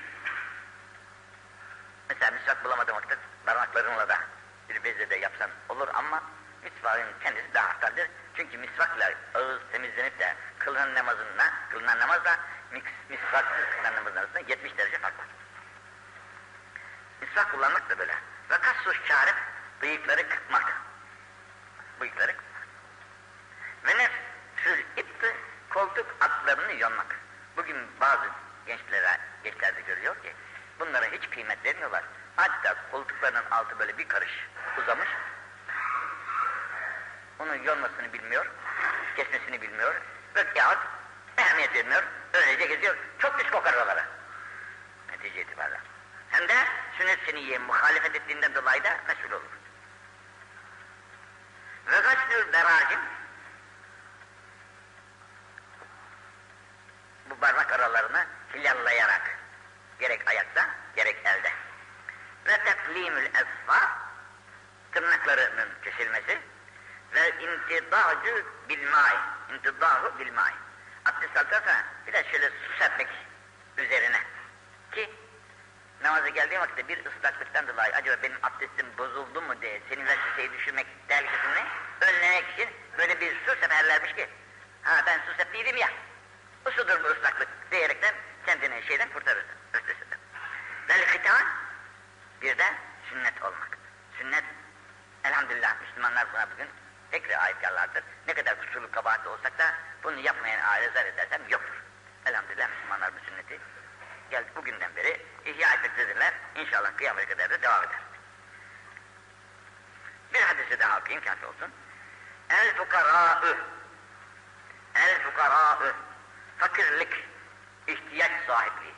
Mesela misvak bulamadığın vakit parmaklarınla da bir bezle de yapsan olur ama misvakın kendisi daha haftaldır. Çünkü misvakla ağız temizlenip de kılınan namazınla, kılınan namazla misvaksız kılınan namazın arasında yetmiş derece fark var. Misvak kullanmak da böyle. Ve kassus çağırıp bıyıkları kırpmak. Bıyıkları kırpmak. Ve ne tür ipti, kol, ayaklarını yonmak. Bugün bazı gençlere, gençlerde görüyor ki bunlara hiç kıymet vermiyorlar. Hatta koltuklarının altı böyle bir karış uzamış. Onun yonmasını bilmiyor, kesmesini bilmiyor. Yahut ehemmiyet vermiyor, öylece geziyor. Çok pis kokar oralara. Netice itibariyle. Hem de sünnet seniyye muhalefet ettiğinden dolayı da mesul olur. Ve gaslül beracim, bu parmak aralarını hilallayarak, gerek ayakta, gerek elde. Ve teklimül esfar, tırnaklarının kesilmesi ve intidâcu bilmâi, intidâhu bilmâi. Abdest alırsa biraz şöyle su serpmek üzerine ki namaza geldiği vakitte bir ıslaklıktan dolayı acaba benim abdestim bozuldu mu diye senin vesveseyi düşürmek tehlikesini önlemek için böyle bir su seferlermiş ki ha ben su septiydim ya bu sudur bu ıslaklık diyerekten kendini şeyden kurtarırsın. Ötesinden. Vel-hitan bir de sünnet olmak. Sünnet elhamdülillah Müslümanlar buna bugün pek riayetkarlardır. Ne kadar kusurlu kabahatli olsak da bunu yapmayan aile zar edersem yoktur. Elhamdülillah Müslümanlar bu sünneti geldi bugünden beri ihya etmektedirler. İnşallah kıyamete kadar da devam eder. Bir hadisi daha okuyayım kafi olsun. El fukarâ'ı El fukarâ'ı fakirlik, ihtiyaç sahipliği.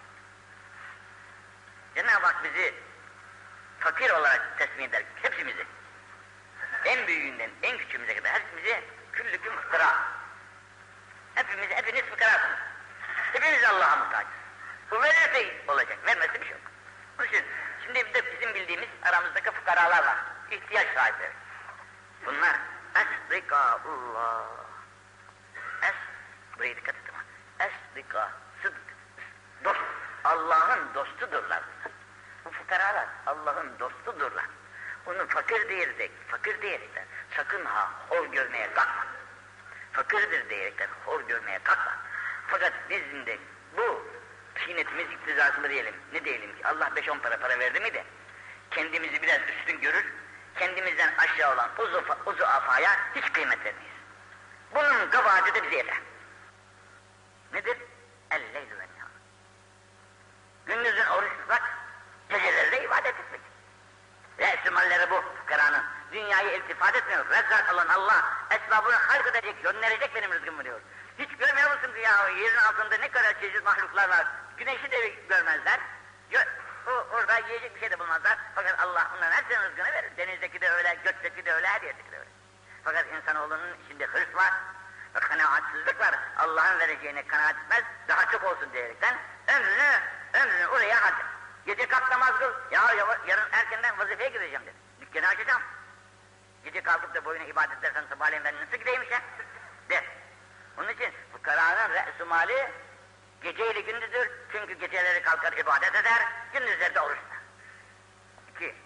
Cenab-ı Hak bizi fakir olarak teslim eder, hepimizi. En büyüğünden en küçüğümüze kadar hepimizi küllüküm fıkra. Hepimiz, hepiniz fıkrasınız. Hepiniz Allah'a muhtaçız. Bu verirse olacak, vermezse bir şey yok. Onun için şimdi bir de bizim bildiğimiz aramızdaki fukaralar var. İhtiyaç sahipleri. Bunlar esrikaullah. Es, buraya dikkat et ama. Esrika, sıdk, dost. Allah'ın dostudurlar bunlar. Bu fukaralar Allah'ın dostudurlar. Onu fakir diyerek, fakir diyerekten sakın ha hor görmeye kalkma. Fakirdir diyerekten hor görmeye kalkma. Fakat bizim de bu çiğnetimiz iktizasını diyelim, ne diyelim ki Allah beş on para para verdi mi de kendimizi biraz üstün görür, kendimizden aşağı olan uzu, uzu afaya hiç kıymet vermeyiz. Bunun kabahati de bize yeter. Nedir? El-leylü ve nihâr. Gündüzün oruç tutmak, gecelerde ibadet etmek. Re'sümalleri bu fukaranın. Dünyayı iltifat etmiyor. Rezzak olan Allah esbabını halk edecek, gönderecek benim rızkımı diyor. Hiç görmüyor musun dünya? Yerin altında ne kadar çeşit mahluklar var. Güneşi de görmezler. O, orada yiyecek bir şey de bulmazlar. Fakat Allah onların hepsinin rızkını verir. Denizdeki de öyle, gökteki de öyle, her yerdeki de öyle. Fakat insanoğlunun içinde hırs var ve kanaatsizlik var. Allah'ın vereceğine kanaat etmez, daha çok olsun diyerekten ömrünü, ömrünü oraya harcar. Gece kalk namaz kıl, ya yarın erkenden vazifeye gideceğim dedi. Dükkanı açacağım. Gece kalkıp da boyuna ibadet edersen sabahleyin ben nasıl gideyim işe? De. Onun için fukaranın re'su mali geceyle gündüzdür. Çünkü geceleri kalkar ibadet eder, gündüzleri de oruç tutar. İki.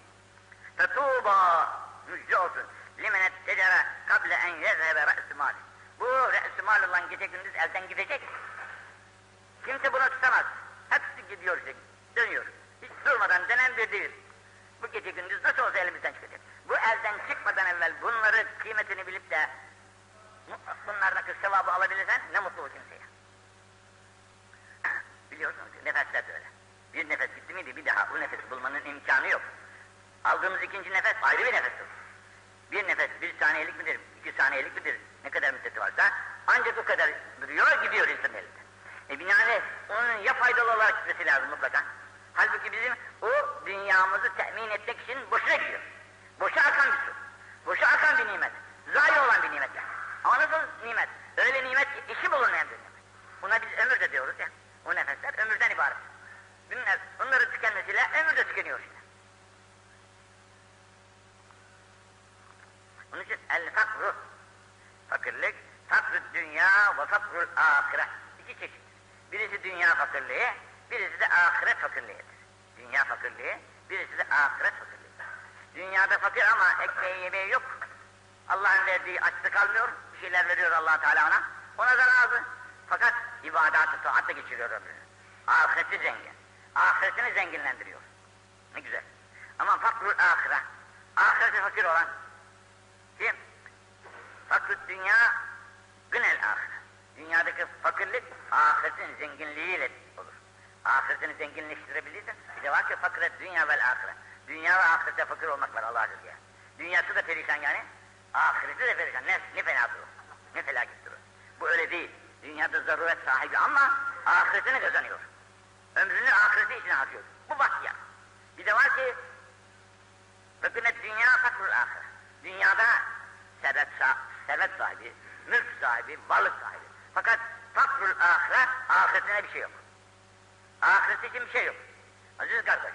Fetuba müjde olsun. Limenet tecere kable en yezhebe re'su mali. Bu re'su mal olan gece gündüz elden gidecek. Kimse bunu tutamaz. Hepsi gidiyor işte, dönüyor. Hiç durmadan denen bir değil. Bu gece gündüz nasıl olsa elimizden çıkacak. Bu elden çıkmadan evvel bunları kıymetini bilip de bunlardaki sevabı alabilirsen ne mutlu o kimseye. Biliyorsunuz nefesler de öyle. Bir nefes bitti miydi bir daha bu nefesi bulmanın imkanı yok. Aldığımız ikinci nefes ayrı bir nefestir. Bir nefes bir saniyelik midir, iki saniyelik midir, ne kadar müddeti varsa ancak o kadar duruyor gidiyor insan elinde. E binaenaleyh onun ya faydalı olarak gitmesi lazım mutlaka. Halbuki bizim o dünyamızı temin etmek için boşuna gidiyor. Boşa akan bir su. Boşa akan bir nimet. Zayi olan bir nimet yani. Ama nasıl nimet? Öyle nimet ki işi bulunmayan bir nimet. Buna biz ömür de diyoruz ya. O nefesler ömürden ibaret. Bunlar, bunların tükenmesiyle ömür de tükeniyor işte. Onun için el-fakru, fakirlik, fakr-ı dünya ve fakr-ül ahiret. İki çeşit. Birisi dünya fakirliği, birisi de ahiret fakirliğidir. Dünya fakirliği, birisi de ahiret fakirliği. Dünyada fakir ama ekmeği yemeği yok. Allah'ın verdiği açlık almıyor, bir şeyler veriyor Allah Teala ona. Ona da razı. Fakat ibadat-ı taatle geçiriyor ömrünü. Ahireti zengin. Ahiretini zenginlendiriyor. Ne güzel. Ama fakr-ül ahire, ahireti fakir olan kim? Fakr-ı dünya, gınel ahire. Dünyadaki fakirlik ahiretin zenginliğiyle olur. Ahiretini zenginleştirebilirsin. Bir de var ki fakiret dünya vel ahiret. Dünya ve ahirette fakir olmak var Allah aşkına. Dünyası da perişan yani. Ahireti de perişan. Ne, ne fenadır o. Ne felakettir o. Bu öyle değil. Dünyada zaruret sahibi ama ahiretini kazanıyor. Ömrünü ahireti için harcıyor. Bu bahtiyar. Bir de var ki Fekünet dünya fakrul ahire. Dünyada servet, servet sahibi, mülk sahibi, varlık sahibi. Fakat fakrul ahire, ahiretine bir şey yok. Ahireti için bir şey yok. Aziz kardeş,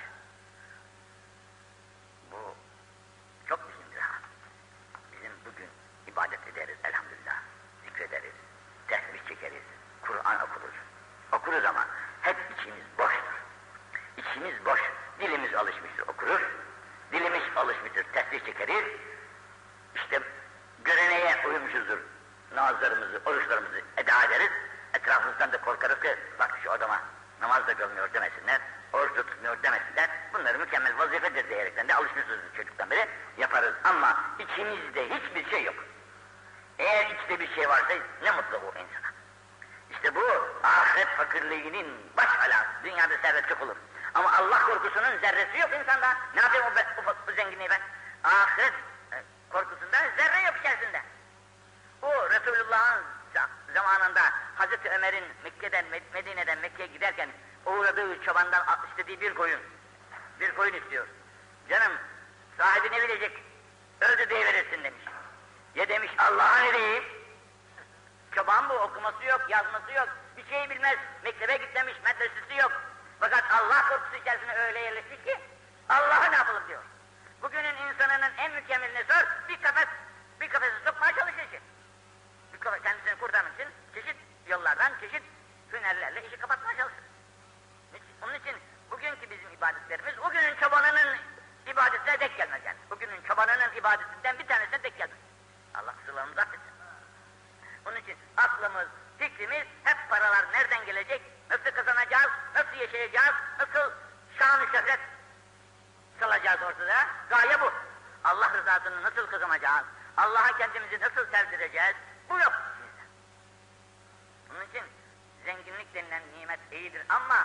bu çok mühimdir ha. Bizim bugün ibadet ederiz elhamdülillah, zikrederiz, tesbih çekeriz, Kur'an okuruz. Okuruz ama hep içimiz boştur. İçimiz boş, dilimiz alışmıştır okuruz, dilimiz alışmıştır tesbih çekeriz. İşte göreneğe uymuşuzdur, namazlarımızı, oruçlarımızı eda ederiz. Etrafımızdan da korkarız ki bak şu adama namaz da kılmıyor demesinler, oruç da tutmuyor demesinler. Bunları mükemmel vazifedir diyerekten de alışmışız çocuktan beri yaparız. Ama içimizde hiçbir şey yok. Eğer içte bir şey varsa ne mutlu o insana. İşte bu ahiret fakirliğinin baş alası. Dünyada servet çok olur. Ama Allah korkusunun zerresi yok insanda. Ne yapayım o, be, o, o zenginliği ben? Ahiret korkusunda zerre yok içerisinde. O Resulullah'ın zamanında Hazreti Ömer'in Mekke'den, Medine'den Mekke'ye giderken uğradığı çobandan istediği bir koyun, bir koyun istiyor. Canım sahibi ne bilecek? Öldü diye verirsin demiş. Ya demiş Allah'a ne diyeyim? Çoban bu, okuması yok, yazması yok, bir şey bilmez, mektebe gitmemiş, medresesi yok. Fakat Allah korkusu içerisine öyle yerleşmiş ki Allah'a ne yapalım diyor. Bugünün insanının en mükemmeline sor, bir kafes, bir kafese sokmaya çalışır için. Bir kafes, kendisini kurtarmak için çeşit yollardan, çeşit hünerlerle işi kapatmaya çalışır. Onun için bugünkü bizim ibadetlerimiz, bugünün çobanının ibadetine denk gelmez yani. Bugünün çobanının ibadetinden bir tanesine denk gelmez. Allah kusurlarımızı affetsin. Onun için aklımız, fikrimiz, hep paralar nereden gelecek, nasıl kazanacağız, nasıl yaşayacağız, nasıl şan-ı şöhret salacağız ortada, gaye bu. Allah rızasını nasıl kazanacağız, Allah'a kendimizi nasıl sevdireceğiz, bu yok bizde. Onun için zenginlik denilen nimet iyidir ama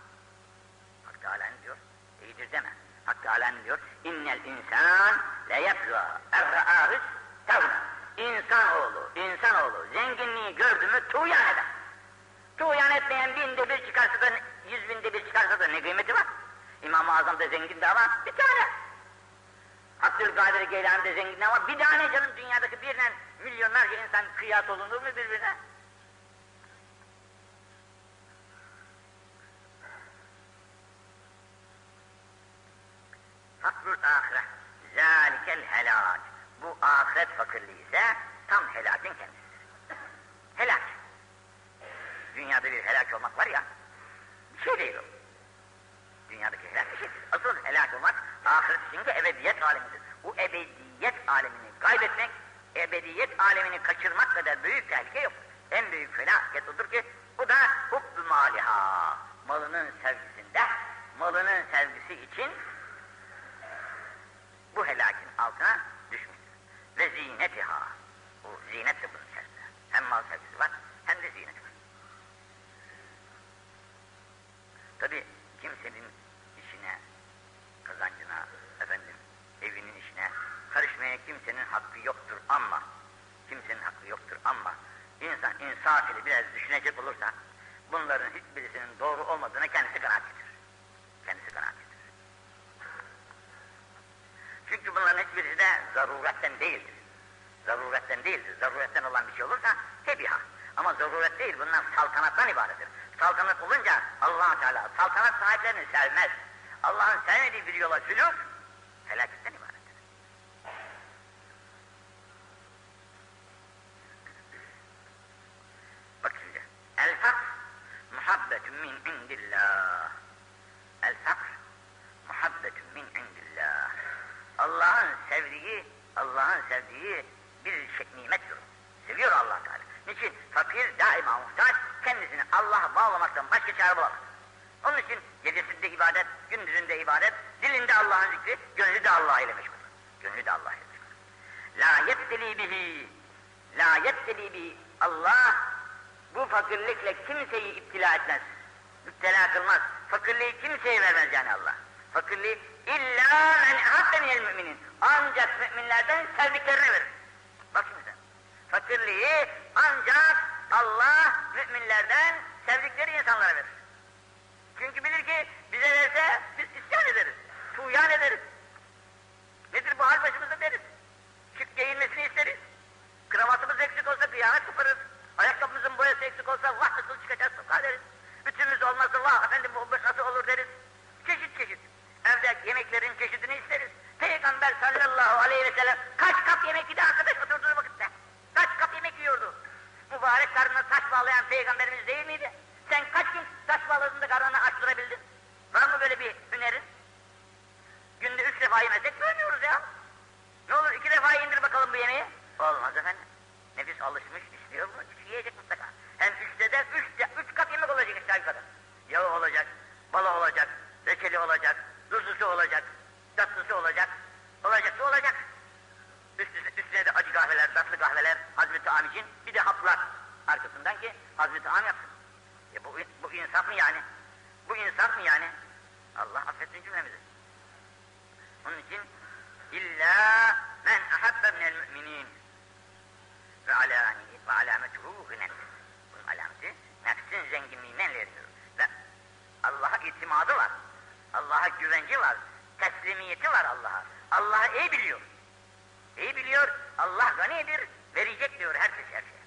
Hak Teâlâ ne diyor? İyidir deme. Hak Teâlâ ne diyor? İnnel insân leyebgâ erra'âhüs tevnâ. İnsanoğlu, insanoğlu zenginliği gördü mü tuğyan eder. Tuğyan etmeyen binde bir çıkarsa da, yüz binde bir çıkarsa da ne kıymeti var? İmam-ı Azam da zengindi ama bir tane. Abdülkadir Geylani de zengindi ama bir tane canım dünyadaki birine milyonlarca insan kıyas olunur mu birbirine? Fakrul ahire, zâlikel helâk. Bu ahiret fakirliği ise tam helakin kendisidir. Helak. Dünyada bir helak olmak var ya, bir şey değil o. Dünyadaki helak bir şeydir. Asıl helak olmak, ahiret çünkü ebediyet alemidir. Bu ebediyet alemini kaybetmek, ebediyet alemini kaçırmak kadar büyük tehlike yok. En büyük felaket odur ki, bu da hubbu maliha. Malının sevgisinde, malının sevgisi için bu helakin altına düşmüştür. Ve zinetiha. Bu zinet de bunun içerisinde. Hem mal sevgisi var, hem de zinet var. Tabi kimsenin işine, kazancına, efendim, evinin işine karışmaya kimsenin hakkı yoktur ama, kimsenin hakkı yoktur ama, insan insaf ile biraz düşünecek olursa, bunların hiçbirisinin doğru olmadığına kendisi kanaat getirir. Kendisi kanaat getirir. Çünkü bunların hiçbirisi de zaruretten değildir. Zaruretten değildir. Zaruretten olan bir şey olursa tebiha. Ama zaruret değil, bunlar saltanattan ibarettir. Saltanat olunca Allah-u Teala saltanat sahiplerini sevmez. Allah'ın sevmediği bir yola sülük felaketten ibarettir. Bak şimdi. El-fakr muhabbetun min indillah. El-fakr muhabbetun min indillah. Allah'ın sevdiği, Allah'ın sevdiği bir şey, nimettir. Seviyor Allah Teala. Niçin? Fakir daima muhtaç, kendisini Allah'a bağlamaktan başka çare bulamaz. Onun için gecesinde ibadet, gündüzünde ibadet, dilinde Allah'ın zikri, gönlü de Allah ile meşgul. Gönlü de Allah ile meşgul. La yetteli bihi, la yetteli bihi. Allah bu fakirlikle kimseyi iptila etmez. Müptela kılmaz. Fakirliği kimseye vermez yani Allah. Fakirliği illa men ahabbe minel müminin. Ancak müminlerden sevdiklerine verir. Bak şimdi sen. Fakirliği ancak Allah müminlerden sevdikleri insanlara verir. Çünkü bilir ki bize verse biz isyan ederiz. Tuğyan ederiz. Nedir bu hal başımızda deriz. Şık giyinmesini isteriz. Kravatımız eksik olsa kıyamet koparırız. Ayakkabımızın boyası eksik olsa vah nasıl çıkacağız sokağa deriz. Bütümüz olmazsa vah efendim bu nasıl olur deriz. Çeşit çeşit. Evde yemeklerin çeşidini isteriz. Peygamber sallallahu aleyhi ve sellem kaç kap yemek yedi arkadaş oturduğu vakitte. Kaç kap yemek yiyordu. Mübarek karnına taş bağlayan peygamberimiz değil miydi? Sen kaç gün taş bağladın da karnını açtırabildin? Var mı böyle bir hünerin? Günde üç defa yemesek bölmüyoruz ya. Ne olur iki defa indir bakalım bu yemeği. Olmaz efendim. Nefis alışmış istiyor bunu. Üç yiyecek mutlaka. Hem üçte de üç, üç kat yemek olacak işte yukarı. Yağı olacak, balı olacak, reçeli olacak, tuzlusu olacak, tatlısı olacak. Olacaksa olacak. Üstüne, üstüne de acı kahveler, tatlı kahveler hazm-ı taam için bir de haplar arkasından ki hazm-ı taam yapsın. E bu, bu insaf mı yani? Bu insaf mı yani? Allah affetsin cümlemizi. Onun için illa men ahabbe minel müminin ve alânihi ve alâmetuhu gınen. Bunun alameti nefsin zenginliğinden veriyor. Ve Allah'a itimadı var. Allah'a güvenci var. Teslimiyeti var Allah'a. Allah'ı iyi biliyor. İyi biliyor. Allah ganidir. Verecek diyor herkes her şeye.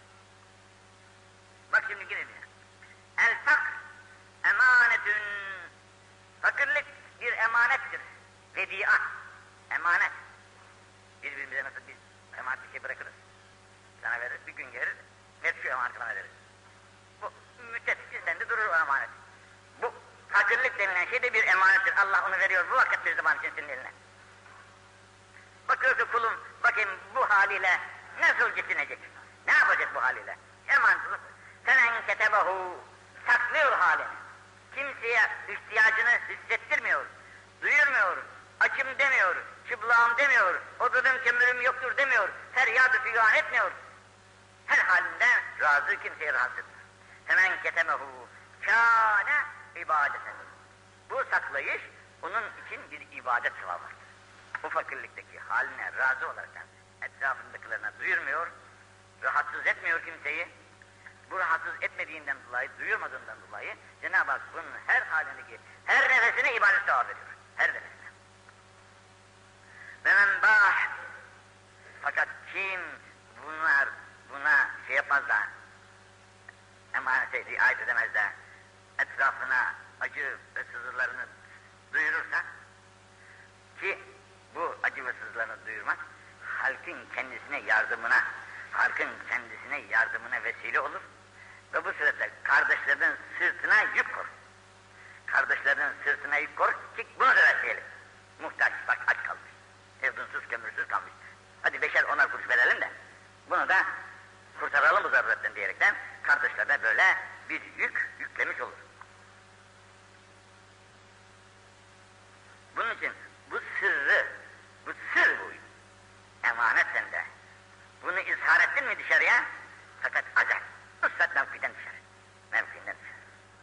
Bak şimdi yine diyor. El fakr emanetün. Fakirlik bir emanettir. Vedia. Emanet. Birbirimize nasıl biz emanet bir şey bırakırız. Sana verir, bir gün gelir, ver şu emaneti bana verir. Bu müddet sizden durur o emanet. Bu fakirlik denilen şey de bir emanettir. Allah onu veriyor bu vakit bir zaman için senin eline. Bakıyorsun kulum, bakayım bu haliyle nasıl geçinecek? Ne yapacak bu haliyle? Emanetlik. Femen ketebehu, saklıyor halini. Kimseye ihtiyacını hissettirmiyor, duyurmuyor, açım demiyor, çıblağım demiyor, odunum kömürüm yoktur demiyor, feryadı figan etmiyor. Her halinden razı, kimseye rahatsız etmez. Hemen ketemehu kâne ibadeten. Bu saklayış onun için bir ibadet sevabıdır. Bu fakirlikteki haline razı olaraktan etrafındakilerine duyurmuyor, rahatsız etmiyor kimseyi. Bu rahatsız etmediğinden dolayı, duyurmadığından dolayı Cenab-ı Hak bunun her halindeki, her nefesine ibadet sevabı veriyor. Her nefesine. Ve men bah, fakat kim bunlar buna şey yapmaz da, emanete riayet edemez de, etrafına acı ve sızılarını duyurursa, ki bu acı ve sızılarını duyurmak, halkın kendisine yardımına, halkın kendisine yardımına vesile olur ve bu sırada kardeşlerinin sırtına yük kor. Kardeşlerinin sırtına yük kor ki bunu da verseyelim. Muhtaç, bak aç kalmış, evdunsuz, kömürsüz kalmış. Hadi beşer onar kuruş verelim de bunu da kurtaralım bu zaruretten diyerekten kardeşlerine böyle bir yük yüklemiş olur. Bunun için bu sırrı, bu sır bu emanet sende. Bunu izhar ettin mi dışarıya? Fakat acayip, nusret mevkiden dışarı, mevkinden dışarı.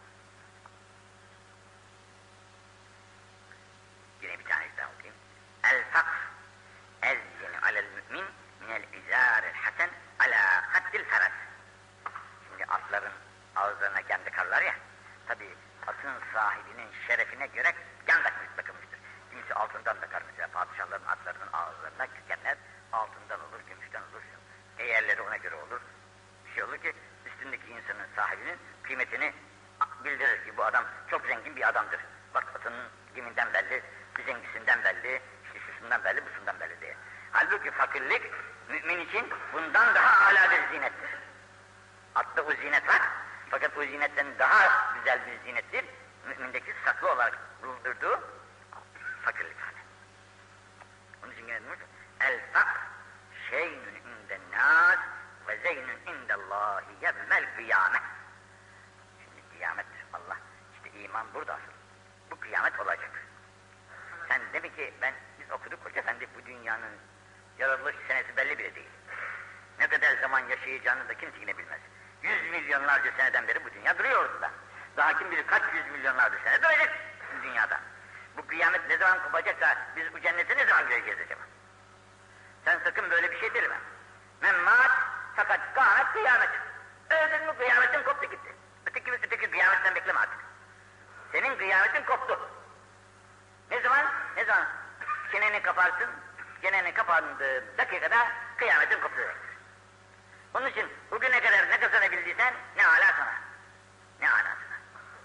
Yine bir tane daha okuyayım. El-fakr ezzini alel mü'min minel izâril hasen ala haddil feras. Şimdi atların ağızlarına gem takarlar ya, tabi atın sahibinin şerefine göre gem takılmıştır. Kimisi altından takar mesela, padişahların atlarının ağızlarına gemler altından olur, gümüşten olur. Değerleri ona göre olur. Bir şey olur ki üstündeki insanın sahibinin kıymetini bildirir ki bu adam çok zengin bir adamdır. Bak atının geminden belli, zengisinden belli, işte şusundan belli, busundan belli diye. Halbuki fakirlik mümin için bundan daha âlâ bir zinettir. Atta o zinet var, fakat o zinetten daha güzel bir zinettir. Mümindeki saklı olarak bulundurduğu fakirlik hali. Onun için gene demiş, el-fakr şeynün inden nâs ve zeynün indellâhi yevmel kıyamet. Şimdi kıyamettir Allah. İşte iman burada asıl. Bu kıyamet olacak. Sen demek ki ben, biz okuduk Hoca Efendi, bu dünyanın yaratılış senesi belli bile değil. Ne kadar zaman yaşayacağını da kimse yine bilmez. Yüz milyonlarca seneden beri bu dünya duruyor orada. Daha kim bilir kaç yüz milyonlarca sene duracak bu dünyada. Bu kıyamet ne zaman kopacaksa biz bu cennete ne zaman gireceğiz acaba? Sen sakın böyle bir şey dileme. Memmat fakat kâmet kıyamet. Öldün mü kıyametin koptu gitti. Öteki, öteki kıyametten bekleme artık. Senin kıyametin koptu. Ne zaman? Ne zaman? Çeneni kaparsın, çeneni kapandığı dakikada kıyametin koptu demektir. Onun için bugüne kadar ne kazanabildiysen ne âlâ sana. Ne âlâ sana.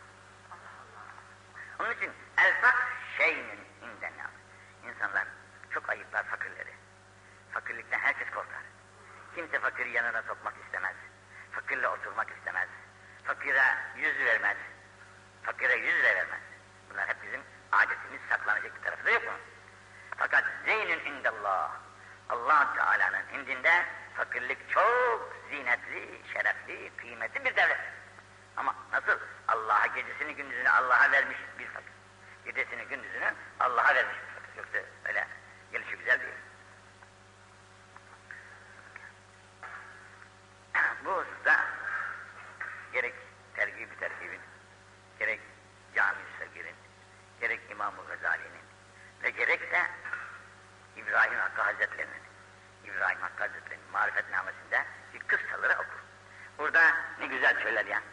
Onun için el fak şeyinin inden İnsanlar çok ayıplar fakirleri. Fakirlikten herkes korkar. Kimse fakiri yanına sokmak istemez. Fakirle oturmak istemez. Fakire yüz vermez. Fakire yüz de vermez. Bunlar hep bizim adetimiz, saklanacak bir tarafı da yok mu? Fakat zeynün indallah. Allah Teala'nın indinde fakirlik çok zinetli, şerefli, kıymetli bir devlet. Ama nasıl? Allah'a gecesini gündüzünü Allah'a vermiş bir fakir. Gecesini gündüzünü Allah'a vermiş bir fakir. Yoksa öyle gelişi güzel değil. Bu hususta gerek tergib-i tergibin, gerek Cami-i Sagir'in, gerek İmam-ı Gazali'nin ve gerekse İbrahim Hakkı Hazretleri'nin, İbrahim Hakkı Hazretleri'nin marifetnamesinde bir kıssaları okur. Burada ne güzel söyler ya.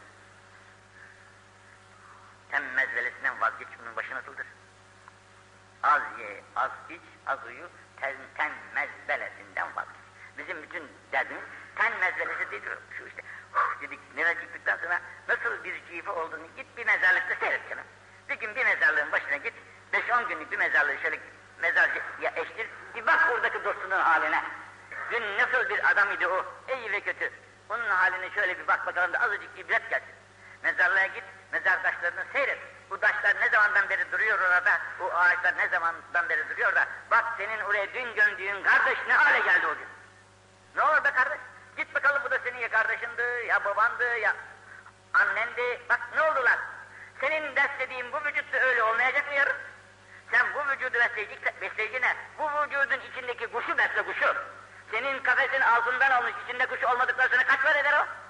Tem mezvelesinden vazgeç, bunun başı nasıldır? Az ye, az iç, az uyu, ten, ten mezvelesinden vazgeç. Bizim bütün derdimiz ten mezvelesi değil, şu işte, huh dedik, nereye çıktıktan sonra nasıl bir cife olduğunu git bir mezarlıkta seyret canım. Bir gün bir mezarlığın başına git, beş on günlük bir mezarlığı şöyle mezarcıya eştir, bir bak oradaki dostunun haline. Dün nasıl bir adam idi o, iyi ve kötü. Onun haline şöyle bir bak bakalım da azıcık ibret gelsin. Mezarlığa git, mezar taşlarını seyret. Bu taşlar ne zamandan beri duruyor orada, bu ağaçlar ne zamandan beri duruyor da, bak senin oraya dün gömdüğün kardeş ne hale geldi o gün. Ne olur be kardeş? Git bakalım, bu da senin ya kardeşindi, ya babandı, ya annendi. Bak ne oldular? Senin beslediğin bu vücut da öyle olmayacak mı yarın? Sen bu vücudu besleyicine, bu vücudun içindeki kuşu besle kuşu. Senin kafesin altından olmuş, içinde kuş olmadıktan sonra kaç var eder o?